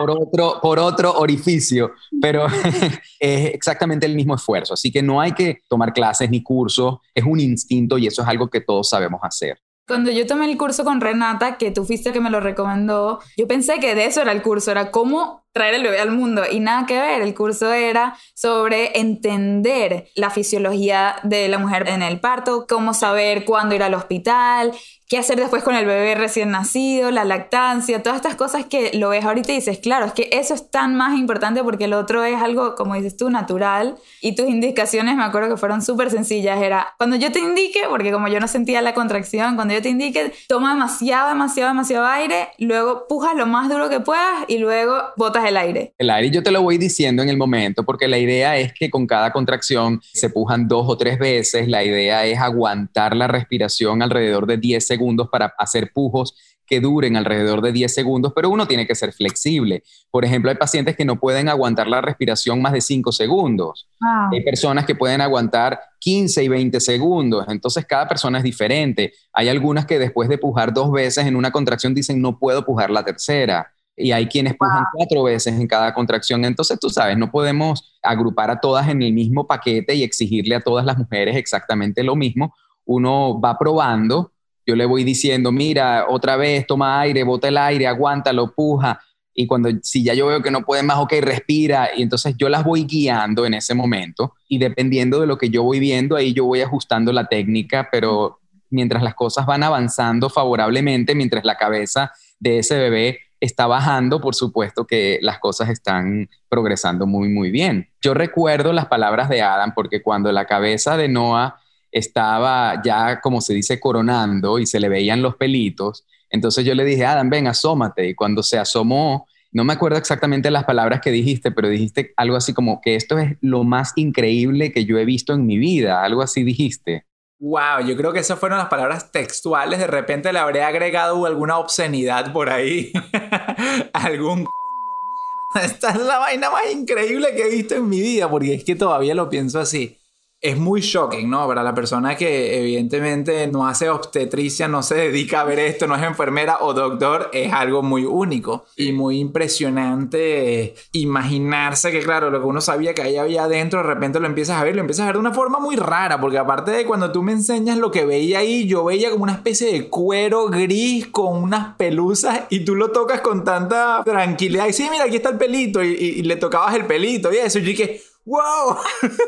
Por otro orificio, pero es exactamente el mismo esfuerzo. Así que no hay que tomar clases ni cursos, es un instinto y eso es algo que todos sabemos hacer. Cuando yo tomé el curso con Renata, que tú fuiste que me lo recomendó, yo pensé que de eso era el curso, era cómo traer el bebé al mundo y nada que ver. El curso era sobre entender la fisiología de la mujer en el parto, cómo saber cuándo ir al hospital, qué hacer después con el bebé recién nacido, la lactancia, todas estas cosas que lo ves ahorita y dices, claro, es que eso es tan más importante porque el otro es algo, como dices tú, natural. Y tus indicaciones me acuerdo que fueron súper sencillas. Era, cuando yo te indique, porque como yo no sentía la contracción, cuando yo te indique, toma demasiado aire, luego pujas lo más duro que puedas y luego botas el aire. El aire yo te lo voy diciendo en el momento porque la idea es que con cada contracción se pujan 2 o 3 veces. La idea es aguantar la respiración alrededor de 10 segundos para hacer pujos que duren alrededor de 10 segundos, pero uno tiene que ser flexible. Por ejemplo, hay pacientes que no pueden aguantar la respiración más de 5 segundos. Wow. Hay personas que pueden aguantar 15 y 20 segundos. Entonces, cada persona es diferente. Hay algunas que después de pujar 2 veces en una contracción dicen, no puedo pujar la tercera. Y hay quienes pujan 4 veces en cada contracción. Entonces, tú sabes, no podemos agrupar a todas en el mismo paquete y exigirle a todas las mujeres exactamente lo mismo. Uno va probando. Yo le voy diciendo, mira, otra vez, toma aire, bota el aire, aguántalo, puja. Y si ya yo veo que no puede más, ok, respira. Y entonces yo las voy guiando en ese momento. Y dependiendo de lo que yo voy viendo, ahí yo voy ajustando la técnica. Pero mientras las cosas van avanzando favorablemente, mientras la cabeza de ese bebé está bajando, por supuesto que las cosas están progresando muy, muy bien. Yo recuerdo las palabras de Adam, porque cuando la cabeza de Noah estaba ya, como se dice, coronando y se le veían los pelitos, entonces yo le dije, Adam, ven, asómate. Y cuando se asomó, no me acuerdo exactamente las palabras que dijiste, pero dijiste algo así como que esto es lo más increíble que yo he visto en mi vida, algo así dijiste. Wow, yo creo que esas fueron las palabras textuales. De repente le habré agregado alguna obscenidad por ahí. Algún... Esta es la vaina más increíble que he visto en mi vida, porque es que todavía lo pienso así. Es muy shocking, ¿no? Para la persona que evidentemente no hace obstetricia, no se dedica a ver esto, no es enfermera o doctor, es algo muy único y muy impresionante imaginarse que, claro, lo que uno sabía que ahí había adentro, de repente lo empiezas a ver de una forma muy rara, porque aparte de cuando tú me enseñas lo que veía ahí, yo veía como una especie de cuero gris con unas pelusas y tú lo tocas con tanta tranquilidad y sí, mira, aquí está el pelito y le tocabas el pelito y eso, y yo dije... ¡Wow!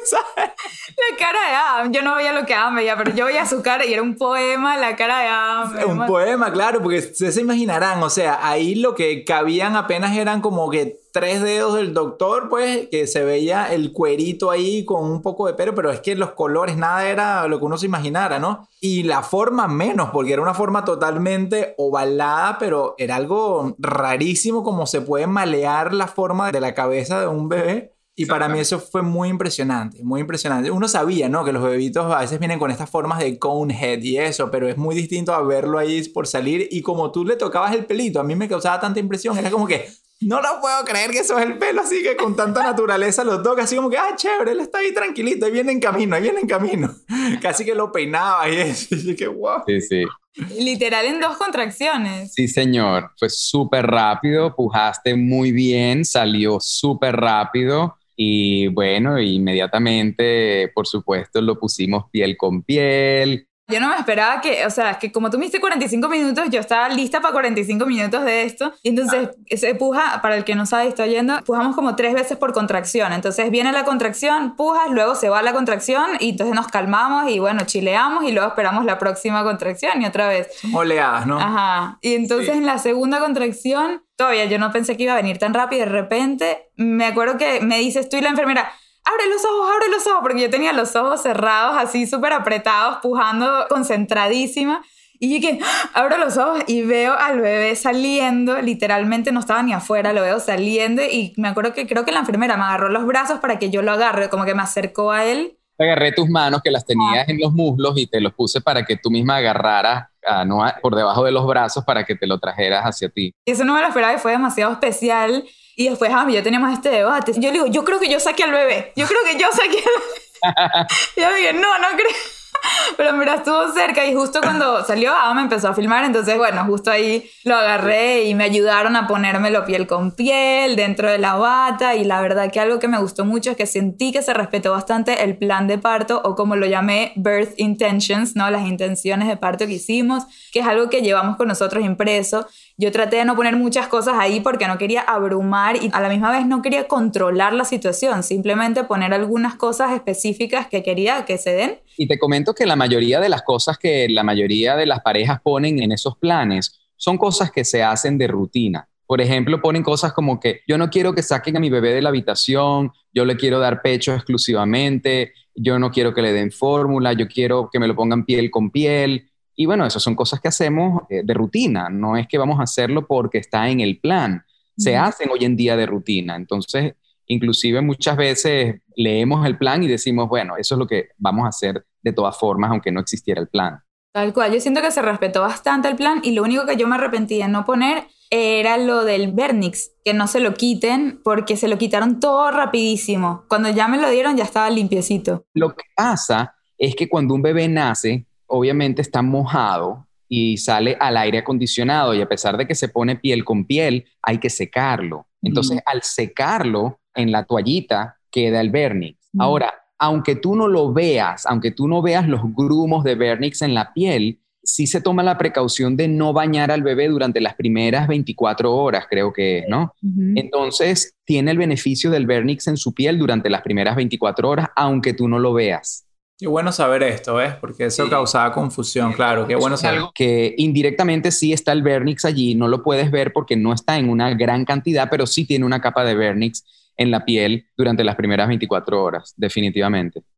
La cara de Adam, yo no veía lo que Adam veía, pero yo veía su cara y era un poema, la cara de Adam. Un poema, claro, porque se imaginarán, o sea, ahí lo que cabían apenas eran como que 3 dedos del doctor, pues, que se veía el cuerito ahí con un poco de pelo, pero es que los colores, nada era lo que uno se imaginara, ¿no? Y la forma menos, porque era una forma totalmente ovalada, pero era algo rarísimo como se puede malear la forma de la cabeza de un bebé. Y para mí eso fue muy impresionante, muy impresionante. Uno sabía, ¿no? Que los bebitos a veces vienen con estas formas de cone head y eso, pero es muy distinto a verlo ahí por salir. Y como tú le tocabas el pelito, a mí me causaba tanta impresión. Era como que, no lo puedo creer que eso es el pelo, así que con tanta naturaleza lo toca, así como que, chévere, él está ahí tranquilito, ahí viene en camino, ahí viene en camino. Casi que lo peinaba y eso. Y dije, wow. Sí, sí. Literal en 2 contracciones. Sí, señor. Fue súper rápido, pujaste muy bien, salió súper rápido. Y bueno, inmediatamente, por supuesto, lo pusimos piel con piel. Yo no me esperaba que, o sea, es que como tú me diste 45 minutos, yo estaba lista para 45 minutos de esto. Y entonces se puja, para el que no sabe, está oyendo, pujamos como 3 veces por contracción. Entonces viene la contracción, pujas, luego se va la contracción y entonces nos calmamos y bueno, chileamos y luego esperamos la próxima contracción y otra vez. Oleadas, ¿no? Ajá. Y entonces en la segunda contracción, todavía yo no pensé que iba a venir tan rápido. De repente, me acuerdo que me dices tú y la enfermera, abre los ojos, porque yo tenía los ojos cerrados, así súper apretados, pujando, concentradísima. Y yo que abro los ojos y veo al bebé saliendo, literalmente no estaba ni afuera, lo veo saliendo. Y me acuerdo que creo que la enfermera me agarró los brazos para que yo lo agarre, como que me acercó a él. Te agarré tus manos que las tenías en los muslos y te los puse para que tú misma agarraras por debajo de los brazos para que te lo trajeras hacia ti. Y eso no me lo esperaba y fue demasiado especial. Y después, yo teníamos este debate. Yo le digo, yo creo que yo saqué al bebé. Yo creo que yo saqué al bebé. Y yo dije, no creo. Pero mira, estuvo cerca y justo cuando salió me empezó a filmar, entonces bueno, justo ahí lo agarré y me ayudaron a ponérmelo piel con piel dentro de la bata. Y la verdad que algo que me gustó mucho es que sentí que se respetó bastante el plan de parto, o como lo llamé, birth intentions, ¿no? Las intenciones de parto que hicimos, que es algo que llevamos con nosotros impreso. Yo traté de no poner muchas cosas ahí porque no quería abrumar y a la misma vez no quería controlar la situación, simplemente poner algunas cosas específicas que quería que se den. Y te comento que la mayoría de las cosas que la mayoría de las parejas ponen en esos planes son cosas que se hacen de rutina. Por ejemplo, ponen cosas como que yo no quiero que saquen a mi bebé de la habitación, yo le quiero dar pecho exclusivamente, yo no quiero que le den fórmula, yo quiero que me lo pongan piel con piel. Y bueno, esas son cosas que hacemos de rutina, no es que vamos a hacerlo porque está en el plan. Se hacen hoy en día de rutina. Entonces, inclusive muchas veces leemos el plan y decimos, bueno, eso es lo que vamos a hacer de todas formas, aunque no existiera el plan. Tal cual, yo siento que se respetó bastante el plan y lo único que yo me arrepentí de no poner era lo del Vernix, que no se lo quiten porque se lo quitaron todo rapidísimo. Cuando ya me lo dieron ya estaba limpiecito. Lo que pasa es que cuando un bebé nace, obviamente está mojado y sale al aire acondicionado y a pesar de que se pone piel con piel, hay que secarlo. Entonces, al secarlo en la toallita queda el Vernix. Ahora, aunque tú no lo veas, aunque tú no veas los grumos de Vernix en la piel, sí se toma la precaución de no bañar al bebé durante las primeras 24 horas, creo que es, ¿no? Entonces, tiene el beneficio del Vernix en su piel durante las primeras 24 horas, aunque tú no lo veas. Qué bueno saber esto, ¿ves? Porque eso causaba confusión, claro. Qué bueno saber. Que indirectamente sí está el Vernix allí, no lo puedes ver porque no está en una gran cantidad, pero sí tiene una capa de Vernix en la piel durante las primeras 24 horas, definitivamente.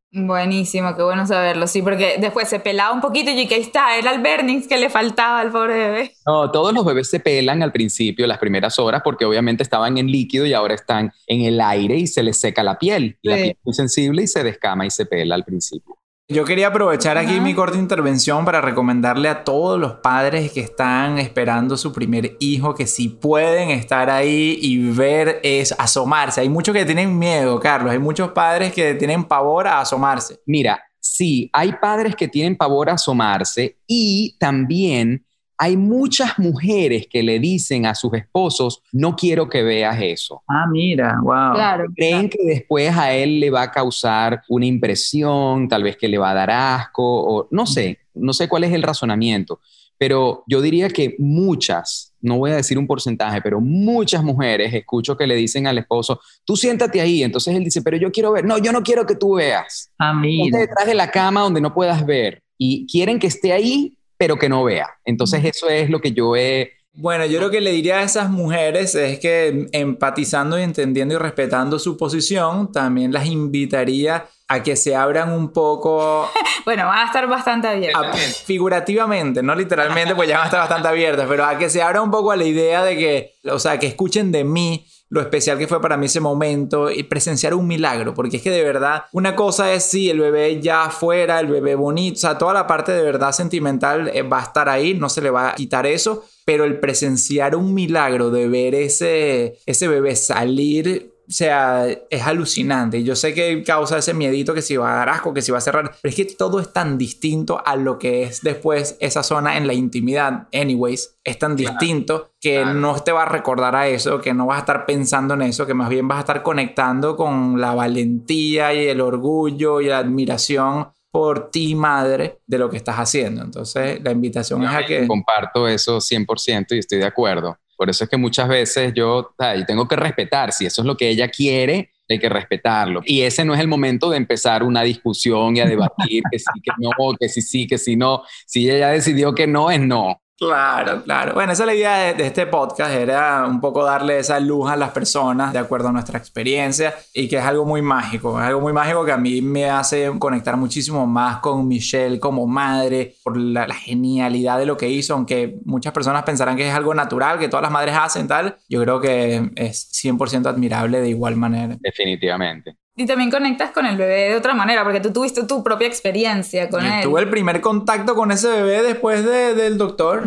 Buenísimo, qué bueno saberlo. Sí, porque después se pelaba un poquito y que ahí está, era el Vernix que le faltaba al pobre bebé. No, todos los bebés se pelan al principio, las primeras horas, porque obviamente estaban en líquido y ahora están en el aire y se les seca la piel. Y la piel es muy sensible y se descama y se pela al principio. Yo quería aprovechar aquí mi corta intervención para recomendarle a todos los padres que están esperando su primer hijo que si pueden estar ahí y ver, asomarse. Hay muchos que tienen miedo, Carlos. Hay muchos padres que tienen pavor a asomarse. Mira, sí, hay padres que tienen pavor a asomarse y también hay muchas mujeres que le dicen a sus esposos, no quiero que veas eso. Ah, mira, wow. Claro. Creen que después a él le va a causar una impresión, tal vez que le va a dar asco, o no sé cuál es el razonamiento, pero yo diría que muchas, no voy a decir un porcentaje, pero muchas mujeres escucho que le dicen al esposo, tú siéntate ahí, entonces él dice, pero yo quiero ver, no, yo no quiero que tú veas. Ah, mira. Ponte detrás de la cama donde no puedas ver y quieren que esté ahí, pero que no vea. Entonces eso es lo que yo he... Bueno, yo lo que le diría a esas mujeres es que empatizando y entendiendo y respetando su posición, también las invitaría a que se abran un poco... Bueno, van a estar bastante abiertas. Figurativamente, no literalmente, pues ya van a estar bastante abiertas, pero a que se abran un poco a la idea de que, o sea, que escuchen de mí lo especial que fue para mí ese momento y presenciar un milagro, porque es que de verdad una cosa es sí, el bebé ya afuera, el bebé bonito, o sea, toda la parte de verdad sentimental va a estar ahí, no se le va a quitar eso, pero el presenciar un milagro de ver ese bebé salir, o sea, es alucinante. Y yo sé que causa ese miedito que si va a dar asco, que si va a cerrar, pero es que todo es tan distinto a lo que es después esa zona en la intimidad. Anyways, es tan distinto que no te va a recordar a eso, que no vas a estar pensando en eso, que más bien vas a estar conectando con la valentía y el orgullo y la admiración por ti, madre, de lo que estás haciendo. Entonces, la invitación es a que... Comparto eso 100% y estoy de acuerdo. Por eso es que muchas veces yo tengo que respetar. Si eso es lo que ella quiere, hay que respetarlo. Y ese no es el momento de empezar una discusión y a debatir que sí, que no, que sí, que sí, no. Si ella ya decidió que no, es no. Claro, claro. Bueno, esa es la idea de este podcast, era un poco darle esa luz a las personas de acuerdo a nuestra experiencia y que es algo muy mágico que a mí me hace conectar muchísimo más con Michelle como madre por la genialidad de lo que hizo, aunque muchas personas pensarán que es algo natural, que todas las madres hacen tal, yo creo que es 100% admirable de igual manera. Definitivamente. Y también conectas con el bebé de otra manera, porque tú tuviste tu propia experiencia con él. Tuve el primer contacto con ese bebé después del doctor.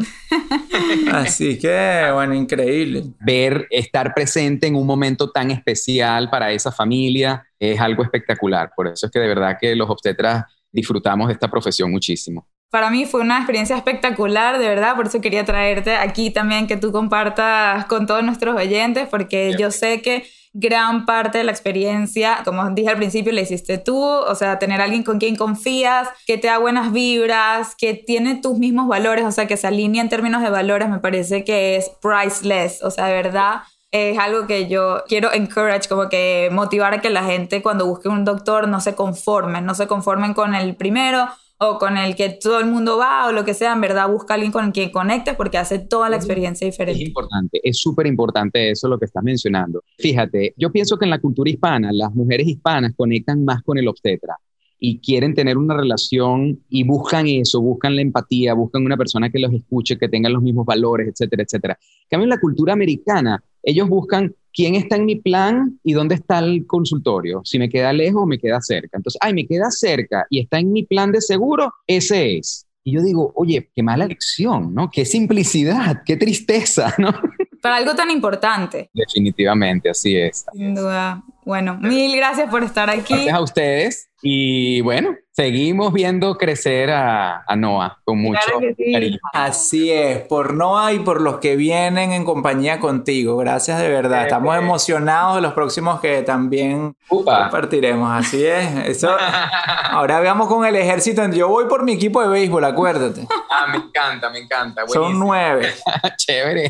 Así que, bueno, increíble. Estar presente en un momento tan especial para esa familia es algo espectacular. Por eso es que de verdad que los obstetras disfrutamos de esta profesión muchísimo. Para mí fue una experiencia espectacular, de verdad, por eso quería traerte aquí también que tú compartas con todos nuestros oyentes, porque yo sé que gran parte de la experiencia, como dije al principio, la hiciste tú, o sea, tener a alguien con quien confías, que te da buenas vibras, que tiene tus mismos valores, o sea, que se alinea en términos de valores, me parece que es priceless, o sea, de verdad... Es algo que yo quiero encourage, como que motivar a que la gente cuando busque un doctor no se conformen con el primero o con el que todo el mundo va o lo que sea. En verdad busca a alguien con quien conectes porque hace toda la experiencia diferente. Es importante, es súper importante eso lo que estás mencionando. Fíjate, yo pienso que en la cultura hispana, las mujeres hispanas conectan más con el obstetra y quieren tener una relación y buscan eso, buscan la empatía, buscan una persona que los escuche, que tenga los mismos valores, etcétera, etcétera. En cambio, en la cultura americana, ellos buscan quién está en mi plan y dónde está el consultorio, si me queda lejos o me queda cerca. Entonces, me queda cerca y está en mi plan de seguro, ese es. Y yo digo, oye, qué mala elección, ¿no? Qué simplicidad, qué tristeza, ¿no? Para algo tan importante. Definitivamente, así es. Sin duda. Bueno, mil gracias por estar aquí. Gracias a ustedes. Y bueno, seguimos viendo crecer a Noah con mucho cariño. Así es, por Noah y por los que vienen en compañía contigo. Gracias de verdad. Estamos emocionados de los próximos que también compartiremos. Así es. Eso. Ahora veamos con el ejército. Yo voy por mi equipo de béisbol, acuérdate. Me encanta. Buenísimo. Son 9. Chévere.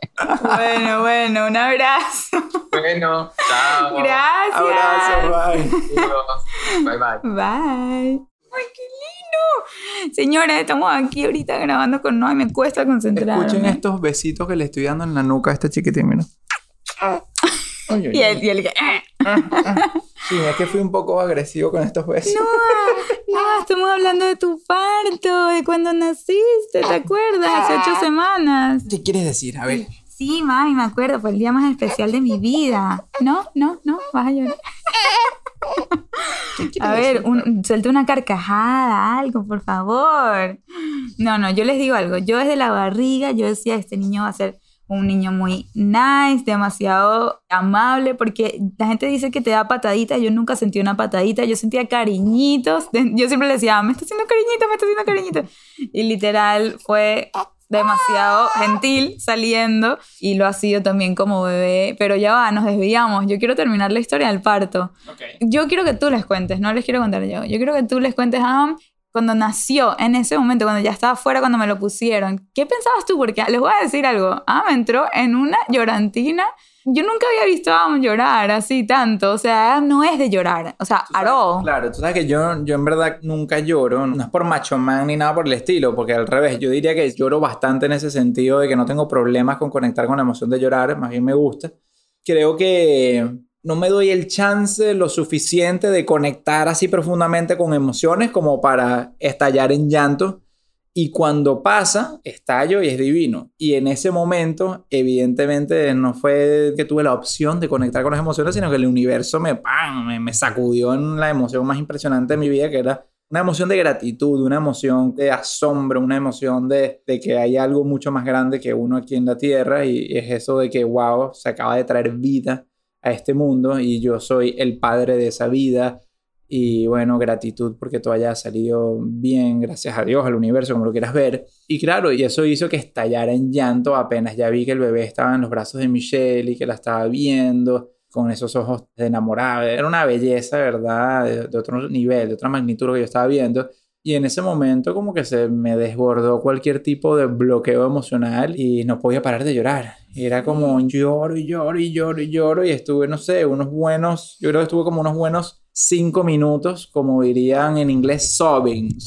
Bueno, un abrazo. Bueno, chao. Gracias. Abrazo, bye. Bye. Ay, qué lindo. Señora, estamos aquí ahorita grabando con Noah y me cuesta concentrarme. Escuchen estos besitos que le estoy dando en la nuca a esta chiquitín, mira. Uy, Y él que... Sí, es que fui un poco agresivo con estos besos. No, estamos hablando de tu parto, de cuando naciste, ¿te acuerdas? Hace 8 semanas. ¿Qué quieres decir? A ver. Sí, mami, me acuerdo, fue el día más especial de mi vida. No, vas a llorar. A ver, suelta una carcajada, algo, por favor. No, yo les digo algo. Yo desde la barriga, yo decía, este niño va a ser un niño muy nice, demasiado amable, porque la gente dice que te da pataditas. Yo nunca sentí una patadita, yo sentía cariñitos. Yo siempre le decía, me está haciendo cariñito. Y literal fue demasiado gentil saliendo, y lo ha sido también como bebé. Pero ya va, nos desviamos. Yo quiero terminar la historia del parto. Okay. Yo quiero que tú les cuentes, no les quiero contar yo. Yo quiero que tú les cuentes a cuando nació, en ese momento, cuando ya estaba afuera, cuando me lo pusieron. ¿Qué pensabas tú? Porque les voy a decir algo. Me entró en una llorantina. Yo nunca había visto a Adam llorar así tanto. O sea, Adam no es de llorar. O sea, at all. Claro, tú sabes que yo en verdad nunca lloro. No es por macho man ni nada por el estilo, porque al revés, yo diría que lloro bastante en ese sentido de que no tengo problemas con conectar con la emoción de llorar. Más bien me gusta. Creo que no me doy el chance lo suficiente de conectar así profundamente con emociones como para estallar en llanto. Y cuando pasa, estallo y es divino. Y en ese momento, evidentemente, no fue que tuve la opción de conectar con las emociones, sino que el universo me sacudió en la emoción más impresionante de mi vida, que era una emoción de gratitud, una emoción de asombro, una emoción de que hay algo mucho más grande que uno aquí en la tierra. Y es eso de que, wow, se acaba de traer vida a este mundo y yo soy el padre de esa vida. Y bueno, gratitud porque todo haya salido bien, gracias a Dios, al universo, como lo quieras ver. Y claro, y eso hizo que estallara en llanto apenas ya vi que el bebé estaba en los brazos de Michelle y que la estaba viendo con esos ojos de enamorada. Era una belleza, ¿verdad? De otro nivel, de otra magnitud que yo estaba viendo. Y en ese momento como que se me desbordó cualquier tipo de bloqueo emocional y no podía parar de llorar. Y era como lloro y estuve, no sé, yo creo que estuve como unos buenos 5 minutos, como dirían en inglés, sobbing.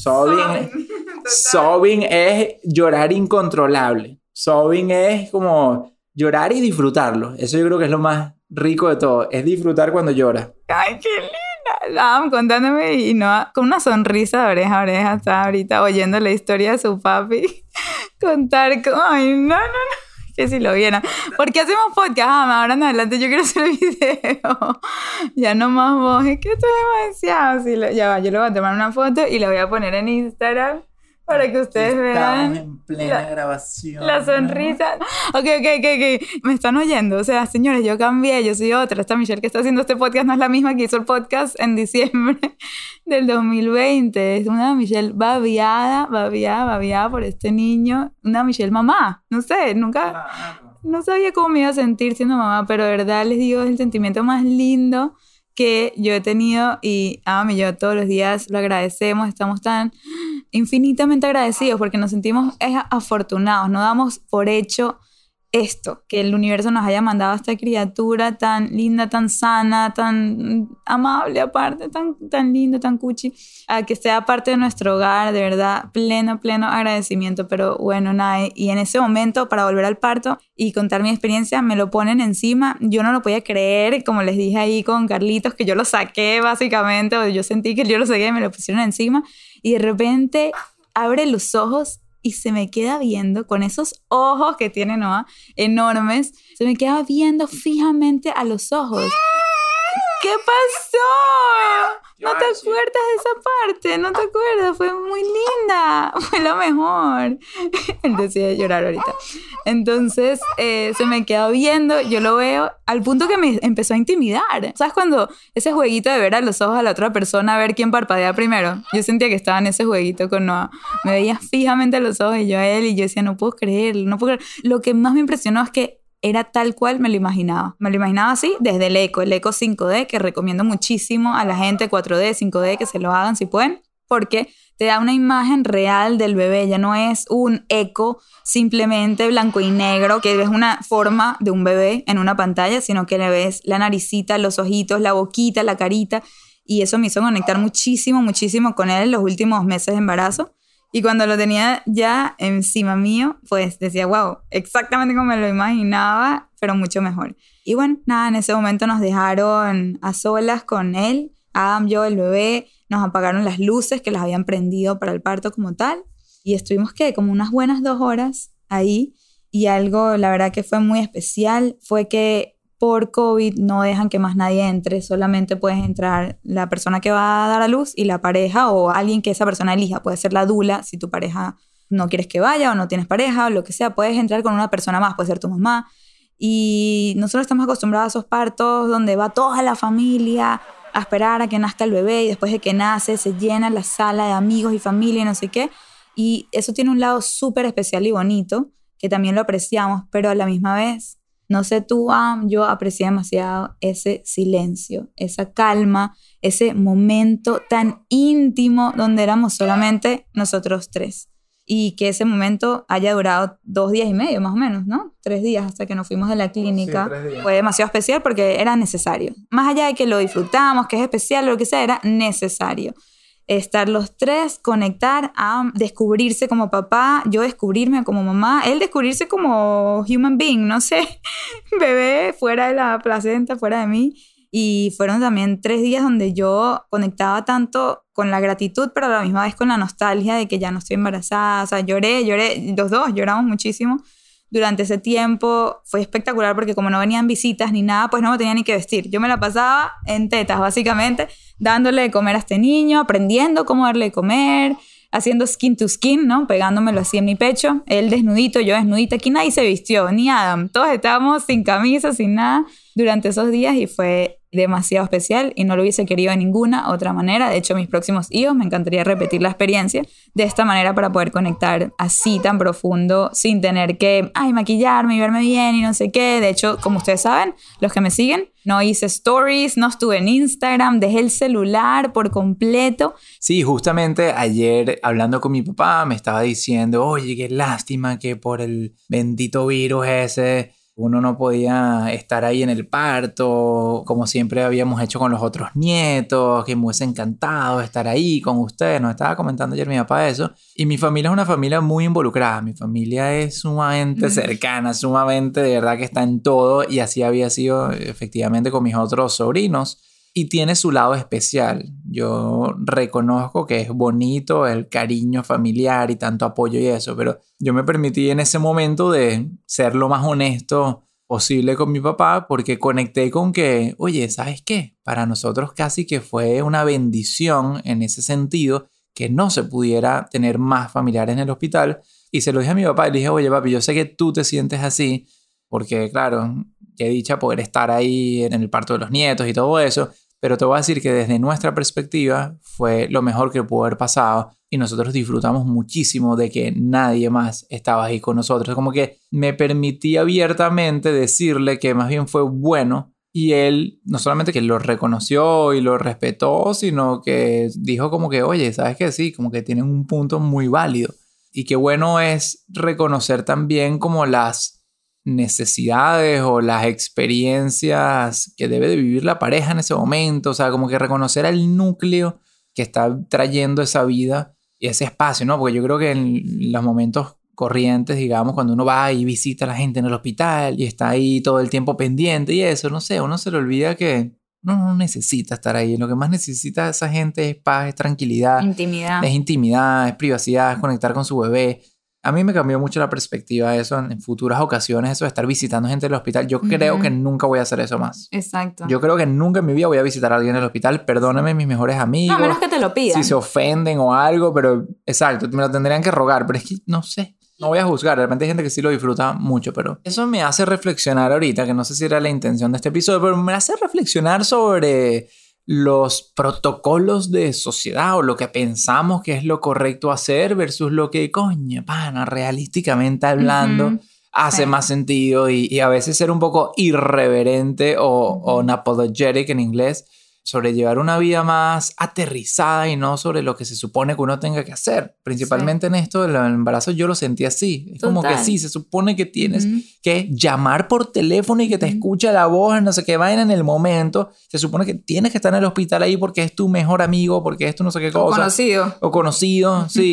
Sobbing es llorar incontrolable. Sobbing es como llorar y disfrutarlo. Eso yo creo que es lo más rico de todo, es disfrutar cuando lloras. ¡Ay, qué linda! Adam contándome y Noah con una sonrisa de oreja a oreja está ahorita oyendo la historia de su papi contar como, ay, no, que si lo vieran. ¿Por qué hacemos podcast? Ahora en adelante yo quiero hacer video. Ya no más vos, es que esto es demasiado. Sí, ya va, yo le voy a tomar una foto y la voy a poner en Instagram para que ustedes vean en plena grabación. La sonrisa. Ok. Me están oyendo. O sea, señores, yo cambié, yo soy otra. Esta Michelle que está haciendo este podcast no es la misma que hizo el podcast en diciembre del 2020. Es una Michelle babiada por este niño. Una Michelle mamá. No sé, nunca... No sabía cómo me iba a sentir siendo mamá, pero de verdad les digo, es el sentimiento más lindo que yo he tenido y Adam y yo todos los días lo agradecemos, estamos tan infinitamente agradecidos porque nos sentimos afortunados, no damos por hecho esto, que el universo nos haya mandado a esta criatura tan linda, tan sana, tan amable aparte, tan linda, tan cuchi, a que sea parte de nuestro hogar, de verdad, pleno agradecimiento. Pero bueno, nada, y en ese momento, para volver al parto y contar mi experiencia, me lo ponen encima, yo no lo podía creer, como les dije ahí con Carlitos, que yo lo saqué básicamente, o yo sentí que yo lo saqué y me lo pusieron encima, y de repente abre los ojos y se me queda viendo con esos ojos que tiene Noah, enormes, se me queda viendo fijamente a los ojos. ¿Qué pasó? ¿No te acuerdas de esa parte? ¿No te acuerdas? Fue muy linda. Fue lo mejor. Él decide llorar ahorita. Entonces, se me quedó viendo. Yo lo veo al punto que me empezó a intimidar. ¿Sabes cuando ese jueguito de ver a los ojos a la otra persona, a ver quién parpadea primero? Yo sentía que estaba en ese jueguito con Noah. Me veía fijamente a los ojos y yo a él. Y yo decía, no puedo creerlo. Lo que más me impresionó es que era tal cual me lo imaginaba. Me lo imaginaba así desde el Eco 5D, que recomiendo muchísimo a la gente, 4D, 5D, que se lo hagan si pueden, porque te da una imagen real del bebé. Ya no es un eco simplemente blanco y negro, que ves una forma de un bebé en una pantalla, sino que le ves la naricita, los ojitos, la boquita, la carita, y eso me hizo conectar muchísimo con él en los últimos meses de embarazo. Y cuando lo tenía ya encima mío, pues decía, wow, exactamente como me lo imaginaba, pero mucho mejor. Y bueno, nada, en ese momento nos dejaron a solas con él, Adam, yo, el bebé, nos apagaron las luces que las habían prendido para el parto como tal, y estuvimos, como unas buenas 2 horas ahí, y algo, la verdad que fue muy especial, fue que por COVID no dejan que más nadie entre, solamente puedes entrar la persona que va a dar a luz y la pareja o alguien que esa persona elija, puede ser la dula, si tu pareja no quieres que vaya o no tienes pareja o lo que sea, puedes entrar con una persona más, puede ser tu mamá. Y nosotros estamos acostumbrados a esos partos donde va toda la familia a esperar a que nazca el bebé y después de que nace se llena la sala de amigos y familia y no sé qué. Y eso tiene un lado súper especial y bonito, que también lo apreciamos, pero a la misma vez, no sé tú, yo aprecié demasiado ese silencio, esa calma, ese momento tan íntimo donde éramos solamente nosotros 3. Y que ese momento haya durado 2 días y medio, más o menos, ¿no? 3 días hasta que nos fuimos de la clínica. Sí, 3 días. Fue demasiado especial porque era necesario. Más allá de que lo disfrutamos, que es especial o lo que sea, era necesario. Estar los 3, conectar, a descubrirse como papá, yo descubrirme como mamá, él descubrirse como human being, no sé, bebé fuera de la placenta, fuera de mí. Y fueron también 3 días donde yo conectaba tanto con la gratitud, pero a la misma vez con la nostalgia de que ya no estoy embarazada. O sea, lloré, los 2 lloramos muchísimo. Durante ese tiempo fue espectacular porque como no venían visitas ni nada, pues no me tenía ni que vestir. Yo me la pasaba en tetas, básicamente, dándole de comer a este niño, aprendiendo cómo darle de comer, haciendo skin to skin, ¿no? Pegándomelo así en mi pecho. Él desnudito, yo desnudita. Aquí nadie se vistió, ni Adam. Todos estábamos sin camisa, sin nada durante esos días y fue demasiado especial y no lo hubiese querido de ninguna otra manera. De hecho, mis próximos hijos me encantaría repetir la experiencia de esta manera para poder conectar así tan profundo sin tener que maquillarme y verme bien y no sé qué. De hecho, como ustedes saben, los que me siguen, no hice stories, no estuve en Instagram, dejé el celular por completo. Sí, justamente ayer hablando con mi papá me estaba diciendo, oye, qué lástima que por el bendito virus ese uno no podía estar ahí en el parto, como siempre habíamos hecho con los otros nietos, que me hubiese encantado estar ahí con ustedes. Nos estaba comentando ayer mi papá eso. Y mi familia es una familia muy involucrada. Mi familia es sumamente cercana, sumamente de verdad que está en todo. Y así había sido efectivamente con mis otros sobrinos. Y tiene su lado especial. Yo reconozco que es bonito el cariño familiar y tanto apoyo y eso, pero yo me permití en ese momento de ser lo más honesto posible con mi papá porque conecté con que, oye, ¿sabes qué? Para nosotros casi que fue una bendición en ese sentido que no se pudiera tener más familiares en el hospital. Y se lo dije a mi papá y le dije, oye, papi, yo sé que tú te sientes así porque, claro, qué dicha poder estar ahí en el parto de los nietos y todo eso, pero te voy a decir que desde nuestra perspectiva fue lo mejor que pudo haber pasado y nosotros disfrutamos muchísimo de que nadie más estaba ahí con nosotros. Como que me permití abiertamente decirle que más bien fue bueno y él no solamente que lo reconoció y lo respetó, sino que dijo como que, oye, ¿sabes qué? Sí, como que tienen un punto muy válido. Y qué bueno es reconocer también como las necesidades o las experiencias que debe de vivir la pareja en ese momento, o sea, como que reconocer al núcleo que está trayendo esa vida y ese espacio, ¿no? Porque yo creo que en los momentos corrientes, digamos, cuando uno va y visita a la gente en el hospital y está ahí todo el tiempo pendiente y eso, no sé, uno se le olvida que uno no necesita estar ahí, lo que más necesita esa gente es paz, es tranquilidad, es intimidad, es privacidad, es conectar con su bebé. A mí me cambió mucho la perspectiva de eso en futuras ocasiones, eso de estar visitando gente en el hospital. Yo creo que nunca voy a hacer eso más. Exacto. Yo creo que nunca en mi vida voy a visitar a alguien en el hospital. Perdóname mis mejores amigos. No, a menos que te lo pidan. Si se ofenden o algo, pero exacto, me lo tendrían que rogar. Pero es que no sé, no voy a juzgar. De repente hay gente que sí lo disfruta mucho, pero eso me hace reflexionar ahorita, que no sé si era la intención de este episodio, pero me hace reflexionar sobre los protocolos de sociedad o lo que pensamos que es lo correcto hacer versus lo que, coño, pana, realísticamente hablando, hace más sentido y a veces ser un poco irreverente o unapologetic en inglés sobre llevar una vida más aterrizada y no sobre lo que se supone que uno tenga que hacer. Principalmente en esto del embarazo yo lo sentí así. Es como que sí, se supone que tienes que llamar por teléfono y que te escuche la voz, no sé qué vaina en el momento. Se supone que tienes que estar en el hospital ahí porque es tu mejor amigo, porque es tu no sé qué cosa. O conocido, sí.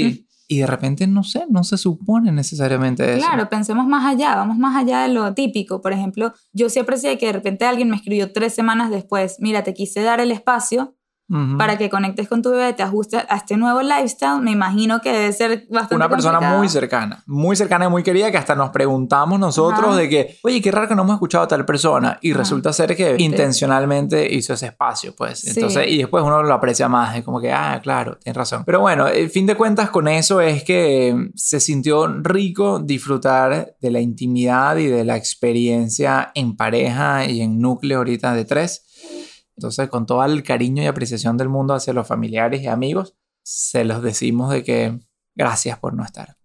Y de repente, no sé, no se supone necesariamente eso. Claro, pensemos más allá, vamos más allá de lo típico. Por ejemplo, yo sí aprecié que de repente alguien me escribió 3 semanas después, mira, te quise dar el espacio para que conectes con tu bebé, te ajustes a este nuevo lifestyle. Me imagino que debe ser bastante una persona complicado. muy cercana y muy querida, que hasta nos preguntamos nosotros de que, oye, qué raro que no hemos escuchado a tal persona, y resulta ser que intencionalmente hizo ese espacio, pues. Sí. Entonces, y después uno lo aprecia más, es como que, claro, tienes razón. Pero bueno, el fin de cuentas con eso es que se sintió rico disfrutar de la intimidad y de la experiencia en pareja y en núcleo ahorita de 3. Entonces, con todo el cariño y apreciación del mundo hacia los familiares y amigos, se los decimos de que gracias por no estar.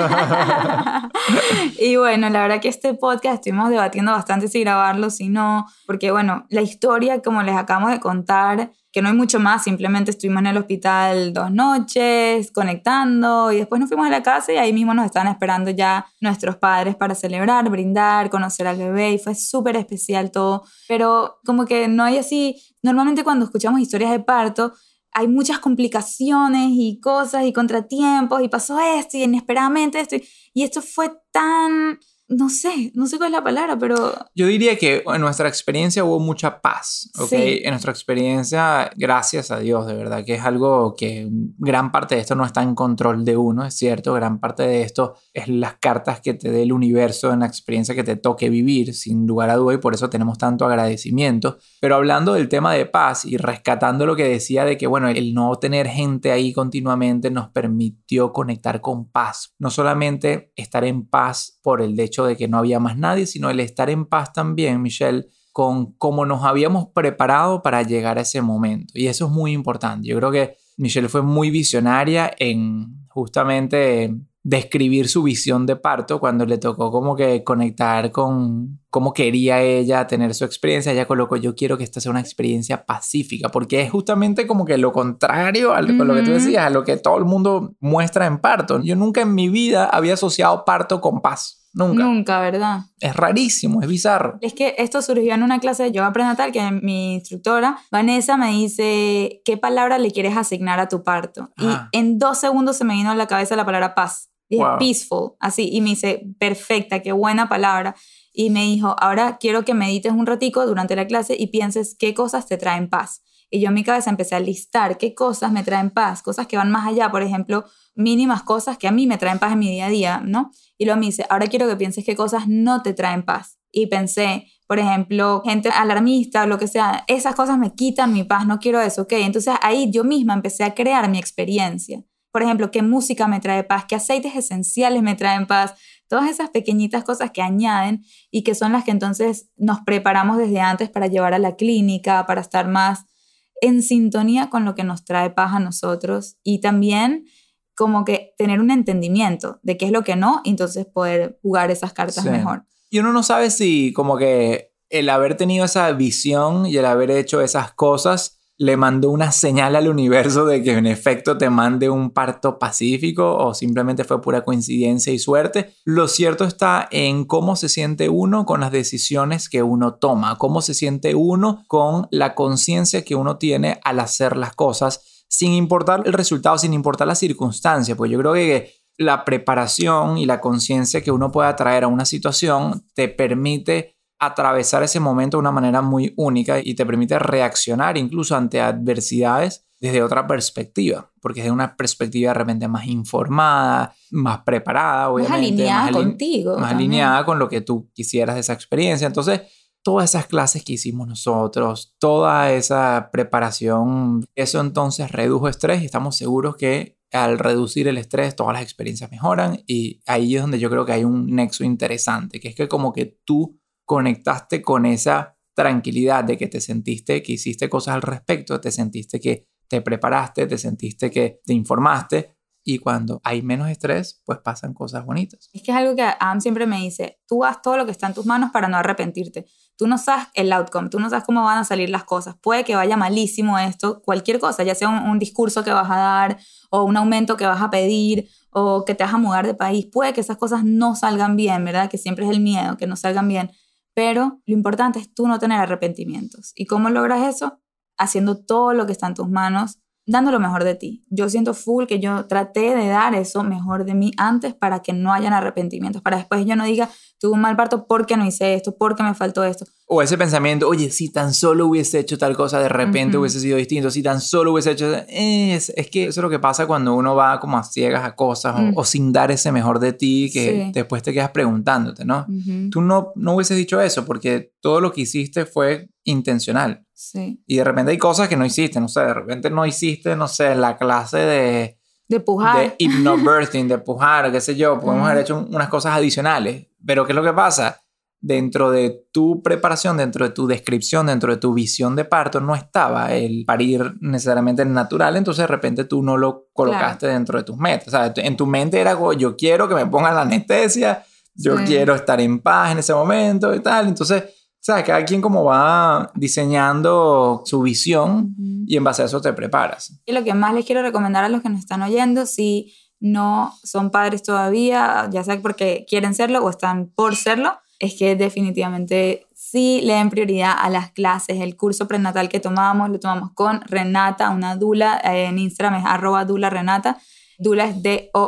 Y bueno, la verdad que este podcast estuvimos debatiendo bastante si grabarlo, si no, porque bueno, la historia, como les acabamos de contar, que no hay mucho más, simplemente estuvimos en el hospital 2 noches, conectando, y después nos fuimos a la casa y ahí mismo nos estaban esperando ya nuestros padres para celebrar, brindar, conocer al bebé, y fue súper especial todo, pero como que no hay así, normalmente cuando escuchamos historias de parto, hay muchas complicaciones y cosas y contratiempos, y pasó esto y inesperadamente esto, y esto fue tan... No sé cuál es la palabra, pero... Yo diría que en nuestra experiencia hubo mucha paz, ¿ok? Sí. En nuestra experiencia, gracias a Dios, de verdad, que es algo que gran parte de esto no está en control de uno, es cierto, gran parte de esto es las cartas que te dé el universo en la experiencia que te toque vivir, sin lugar a duda, y por eso tenemos tanto agradecimiento. Pero hablando del tema de paz y rescatando lo que decía de que, bueno, el no tener gente ahí continuamente nos permitió conectar con paz. No solamente estar en paz por el hecho de que no había más nadie, sino el estar en paz también, Michelle, con cómo nos habíamos preparado para llegar a ese momento. Y eso es muy importante. Yo creo que Michelle fue muy visionaria en justamente describir su visión de parto cuando le tocó como que conectar con cómo quería ella tener su experiencia. Ella colocó, yo quiero que esta sea una experiencia pacífica, porque es justamente como que lo contrario a lo que tú decías, a lo que todo el mundo muestra en parto. Yo nunca en mi vida había asociado parto con paz. Nunca, ¿verdad? Es rarísimo, es bizarro. Es que esto surgió en una clase de yoga prenatal que mi instructora, Vanessa, me dice, ¿qué palabra le quieres asignar a tu parto? Y en 2 segundos se me vino a la cabeza la palabra paz. Dije, peaceful, así. Y me dice, perfecta, qué buena palabra. Y me dijo, ahora quiero que medites un ratico durante la clase y pienses qué cosas te traen paz. Y yo en mi cabeza empecé a listar qué cosas me traen paz, cosas que van más allá, por ejemplo, mínimas cosas que a mí me traen paz en mi día a día, ¿no? Y luego me dice, ahora quiero que pienses qué cosas no te traen paz. Y pensé, por ejemplo, gente alarmista o lo que sea, esas cosas me quitan mi paz, no quiero eso, ¿ok? Entonces ahí yo misma empecé a crear mi experiencia. Por ejemplo, qué música me trae paz, qué aceites esenciales me traen paz, todas esas pequeñitas cosas que añaden y que son las que entonces nos preparamos desde antes para llevar a la clínica, para estar más en sintonía con lo que nos trae paz a nosotros y también como que tener un entendimiento de qué es lo que no y entonces poder jugar esas cartas mejor. Y uno no sabe si como que el haber tenido esa visión y el haber hecho esas cosas le mandó una señal al universo de que en efecto te mande un parto pacífico o simplemente fue pura coincidencia y suerte. Lo cierto está en cómo se siente uno con las decisiones que uno toma, cómo se siente uno con la conciencia que uno tiene al hacer las cosas, sin importar el resultado, sin importar la circunstancia, pues yo creo que la preparación y la conciencia que uno pueda traer a una situación te permite atravesar ese momento de una manera muy única y te permite reaccionar incluso ante adversidades desde otra perspectiva, porque es de una perspectiva de repente más informada, más preparada, obviamente. Más alineada contigo. Más alineada con lo que tú quisieras de esa experiencia. Entonces, todas esas clases que hicimos nosotros, toda esa preparación, eso entonces redujo estrés y estamos seguros que al reducir el estrés todas las experiencias mejoran y ahí es donde yo creo que hay un nexo interesante, que es que como que tú conectaste con esa tranquilidad de que te sentiste que hiciste cosas al respecto, te sentiste que te preparaste, te sentiste que te informaste y cuando hay menos estrés, pues pasan cosas bonitas. Es que es algo que Adam siempre me dice, tú haz todo lo que está en tus manos para no arrepentirte. Tú no sabes el outcome, tú no sabes cómo van a salir las cosas. Puede que vaya malísimo esto, cualquier cosa, ya sea un discurso que vas a dar o un aumento que vas a pedir o que te vas a mudar de país. Puede que esas cosas no salgan bien, ¿verdad? Que siempre es el miedo, que no salgan bien. Pero lo importante es tú no tener arrepentimientos. ¿Y cómo logras eso? Haciendo todo lo que está en tus manos, dando lo mejor de ti. Yo siento full que yo traté de dar eso mejor de mí antes para que no hayan arrepentimientos, para después yo no diga, tuve un mal parto porque no hice esto, porque me faltó esto. O ese pensamiento, oye, si tan solo hubiese hecho tal cosa, de repente hubiese sido distinto, si tan solo hubiese hecho... Es que eso es lo que pasa cuando uno va como a ciegas a cosas o sin dar ese mejor de ti que después te quedas preguntándote, ¿no? Tú no hubieses dicho eso porque todo lo que hiciste fue intencional. Sí. Y de repente hay cosas que no hiciste, no sé, de repente no hiciste, no sé, la clase de pujar. De hypnobirthing, de pujar, qué sé yo, podemos haber hecho unas cosas adicionales. Pero ¿qué es lo que pasa? Dentro de tu preparación, dentro de tu descripción, dentro de tu visión de parto, no estaba el parir necesariamente natural, entonces de repente tú no lo colocaste dentro de tus metas. O sea, en tu mente era como, yo quiero que me pongan la anestesia, yo quiero estar en paz en ese momento y tal. Entonces, ¿sabes? Cada quien como va diseñando su visión y en base a eso te preparas. Y lo que más les quiero recomendar a los que nos están oyendo, si no son padres todavía, ya sea porque quieren serlo o están por serlo, es que definitivamente sí le den prioridad a las clases. El curso prenatal que tomamos, lo tomamos con Renata, una doula, en Instagram es @doularenata. Doula es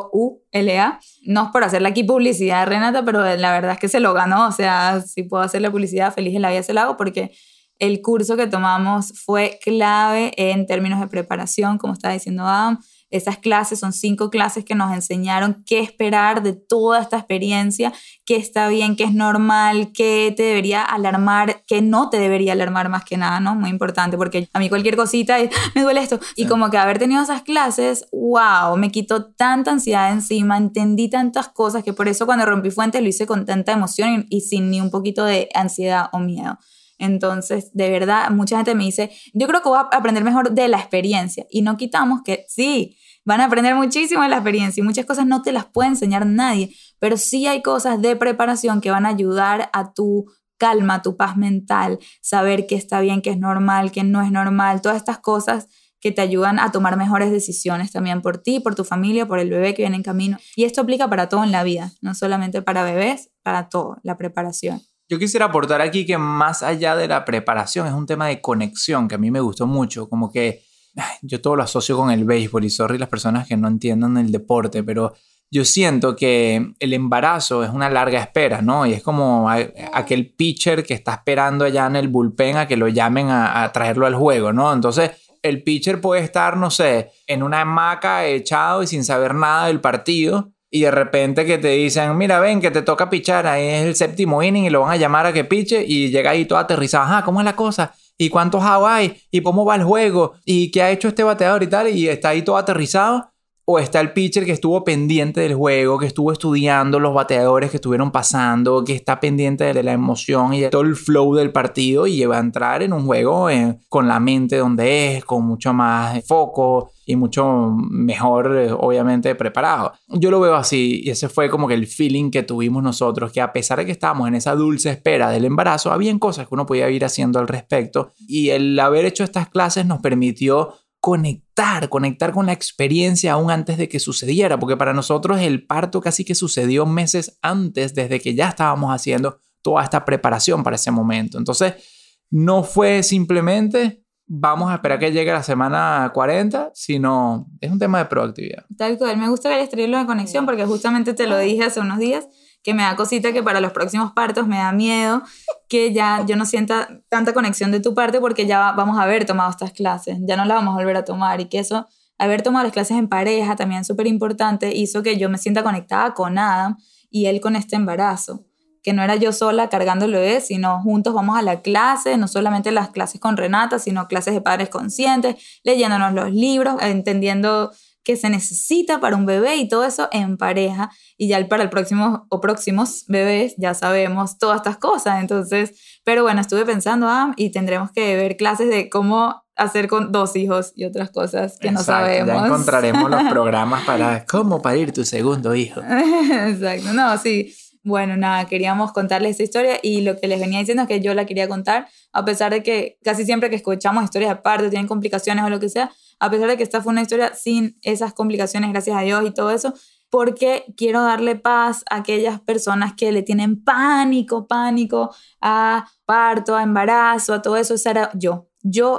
DOULA. No es por hacerle aquí publicidad a Renata, pero la verdad es que se lo ganó. O sea, si puedo hacerle publicidad, feliz en la vida se la hago, porque el curso que tomamos fue clave en términos de preparación, como estaba diciendo Adam. Esas clases son 5 clases que nos enseñaron qué esperar de toda esta experiencia, qué está bien, qué es normal, qué te debería alarmar, qué no te debería alarmar más que nada, ¿no? Muy importante, porque a mí cualquier cosita es, me duele esto. Sí. Y como que haber tenido esas clases, wow, me quitó tanta ansiedad encima, entendí tantas cosas que por eso cuando rompí fuentes lo hice con tanta emoción y sin ni un poquito de ansiedad o miedo. Entonces, de verdad, mucha gente me dice, yo creo que voy a aprender mejor de la experiencia. Y no quitamos que sí, van a aprender muchísimo de la experiencia y muchas cosas no te las puede enseñar nadie, pero sí hay cosas de preparación que van a ayudar a tu calma, a tu paz mental, saber qué está bien, qué es normal, qué no es normal, todas estas cosas que te ayudan a tomar mejores decisiones también por ti, por tu familia, por el bebé que viene en camino. Y esto aplica para todo en la vida, no solamente para bebés, para todo, la preparación. Yo quisiera aportar aquí que más allá de la preparación es un tema de conexión que a mí me gustó mucho, como que yo todo lo asocio con el béisbol y sorry las personas que no entiendan el deporte, pero yo siento que el embarazo es una larga espera, ¿no? Y es como aquel pitcher que está esperando allá en el bullpen a que lo llamen a traerlo al juego, ¿no? Entonces el pitcher puede estar, no sé, en una hamaca echado y sin saber nada del partido. Y de repente que te dicen, mira, ven, que te toca pichar, ahí es el 7º inning y lo van a llamar a que piche y llega ahí todo aterrizado. Ajá, ¿cómo es la cosa? ¿Y cuántos outs hay? ¿Y cómo va el juego? ¿Y qué ha hecho este bateador y tal? Y está ahí todo aterrizado. O está el pitcher que estuvo pendiente del juego, que estuvo estudiando los bateadores que estuvieron pasando, que está pendiente de la emoción y de todo el flow del partido y va a entrar en un juego con la mente donde es, con mucho más foco y mucho mejor, obviamente, preparado. Yo lo veo así y ese fue como que el feeling que tuvimos nosotros, que a pesar de que estábamos en esa dulce espera del embarazo, habían cosas que uno podía ir haciendo al respecto y el haber hecho estas clases nos permitió conectar con la experiencia aún antes de que sucediera, porque para nosotros el parto casi que sucedió meses antes, desde que ya estábamos haciendo toda esta preparación para ese momento. Entonces, no fue simplemente vamos a esperar que llegue la semana 40, sino es un tema de proactividad. Tal cual, me gusta que hayas traído la conexión porque justamente te lo dije hace unos días, que me da cosita que para los próximos partos me da miedo que ya yo no sienta tanta conexión de tu parte porque ya vamos a haber tomado estas clases, ya no las vamos a volver a tomar y que eso, haber tomado las clases en pareja también súper importante, hizo que yo me sienta conectada con Adam y él con este embarazo, que no era yo sola cargando el bebé, sino juntos vamos a la clase, no solamente las clases con Renata, sino clases de padres conscientes, leyéndonos los libros, entendiendo que se necesita para un bebé y todo eso en pareja, y ya para el próximo o próximos bebés ya sabemos todas estas cosas. Entonces, pero bueno, estuve pensando y tendremos que ver clases de cómo hacer con 2 hijos y otras cosas que no sabemos. Ya encontraremos los programas para cómo parir tu segundo hijo. Exacto, no, sí. Bueno, nada, queríamos contarles esta historia y lo que les venía diciendo es que yo la quería contar, a pesar de que casi siempre que escuchamos historias de parto tienen complicaciones o lo que sea, a pesar de que esta fue una historia sin esas complicaciones, gracias a Dios y todo eso, porque quiero darle paz a aquellas personas que le tienen pánico a parto, a embarazo, a todo eso. Esa era yo. Yo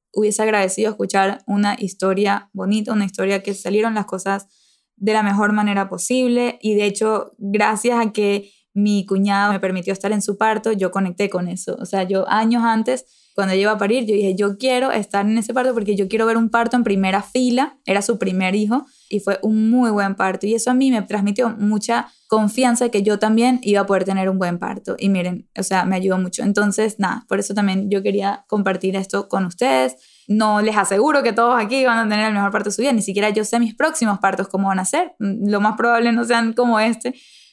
hubiese agradecido escuchar una historia bonita, una historia que salieron las cosas de la mejor manera posible. Y de hecho, gracias a que mi cuñado me permitió estar en su parto, yo conecté con eso. O sea, yo años antes, cuando ella iba a parir, yo dije, yo quiero estar en ese parto porque yo quiero ver un parto en primera fila. Era su primer hijo y fue un muy buen parto. Y eso a mí me transmitió mucha confianza de que yo también iba a poder tener un buen parto. Y miren, o sea, me ayudó mucho. Entonces, nada, por eso también yo quería compartir esto con ustedes. No les aseguro que todos aquí van a tener el mejor parto de su vida. Ni siquiera yo sé mis próximos partos cómo van a ser. Lo más probable no sean como este.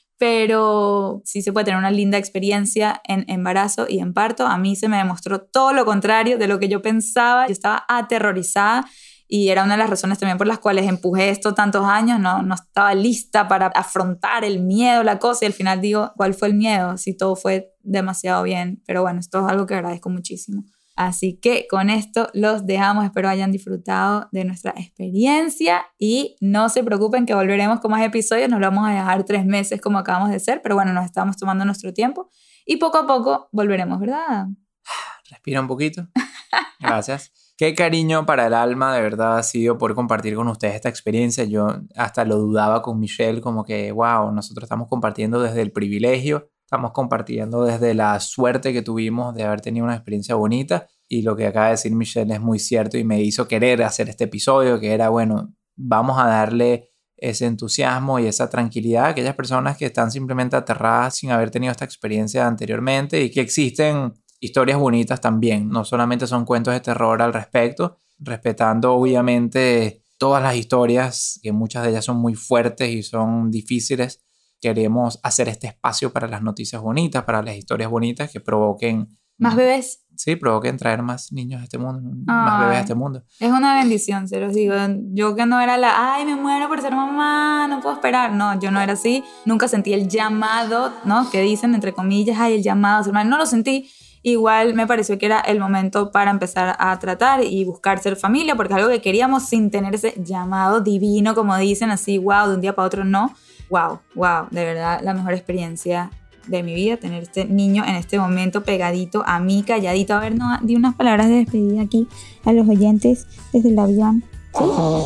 Pero sí se puede tener una linda experiencia en embarazo y en parto. A mí se me demostró todo lo contrario de lo que yo pensaba. Yo estaba aterrorizada y era una de las razones también por las cuales empujé esto tantos años. No estaba lista para afrontar el miedo, la cosa, y al final digo, ¿cuál fue el miedo? Si todo fue demasiado bien. Pero bueno, esto es algo que agradezco muchísimo. Así que con esto los dejamos, espero hayan disfrutado de nuestra experiencia y no se preocupen que volveremos con más episodios, nos lo vamos a dejar 3 meses como acabamos de hacer, pero bueno, nos estamos tomando nuestro tiempo y poco a poco volveremos, ¿verdad? Respira un poquito. Gracias. Qué cariño para el alma de verdad ha sido poder compartir con ustedes esta experiencia. Yo hasta lo dudaba con Michelle, como que wow, nosotros estamos compartiendo desde el privilegio. Estamos compartiendo desde la suerte que tuvimos de haber tenido una experiencia bonita y lo que acaba de decir Michelle es muy cierto y me hizo querer hacer este episodio que era, bueno, vamos a darle ese entusiasmo y esa tranquilidad a aquellas personas que están simplemente aterradas sin haber tenido esta experiencia anteriormente y que existen historias bonitas también, no solamente son cuentos de terror al respecto, respetando obviamente todas las historias, que muchas de ellas son muy fuertes y son difíciles. Queremos hacer este espacio para las noticias bonitas, para las historias bonitas que provoquen... Más bebés. Sí, provoquen traer más niños a este mundo, más bebés a este mundo. Es una bendición, se los digo. Yo que no era ay, me muero por ser mamá, no puedo esperar. No, yo no era así. Nunca sentí el llamado, ¿no? Que dicen, entre comillas, ay, el llamado a ser mamá. No lo sentí. Igual me pareció que era el momento para empezar a tratar y buscar ser familia, porque es algo que queríamos sin tener ese llamado divino, como dicen, así, wow, de un día para otro, no. Wow, de verdad la mejor experiencia de mi vida, tener este niño en este momento pegadito a mí, calladito. A ver, no, di unas palabras de despedida aquí a los oyentes desde el avión. ¿Sí?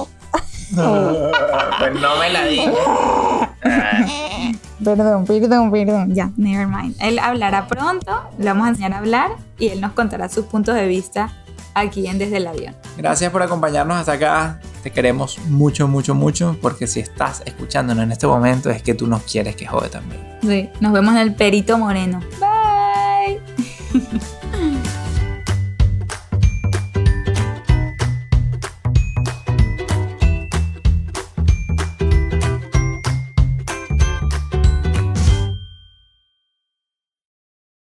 Pues no me la digas. Perdón, ya, never mind. Él hablará pronto, le vamos a enseñar a hablar y él nos contará sus puntos de vista aquí en Desde el Avión. Gracias por acompañarnos hasta acá. Te queremos mucho, mucho, mucho, porque si estás escuchándonos en este momento es que tú nos quieres que jode también. Sí, nos vemos en el Perito Moreno. Bye.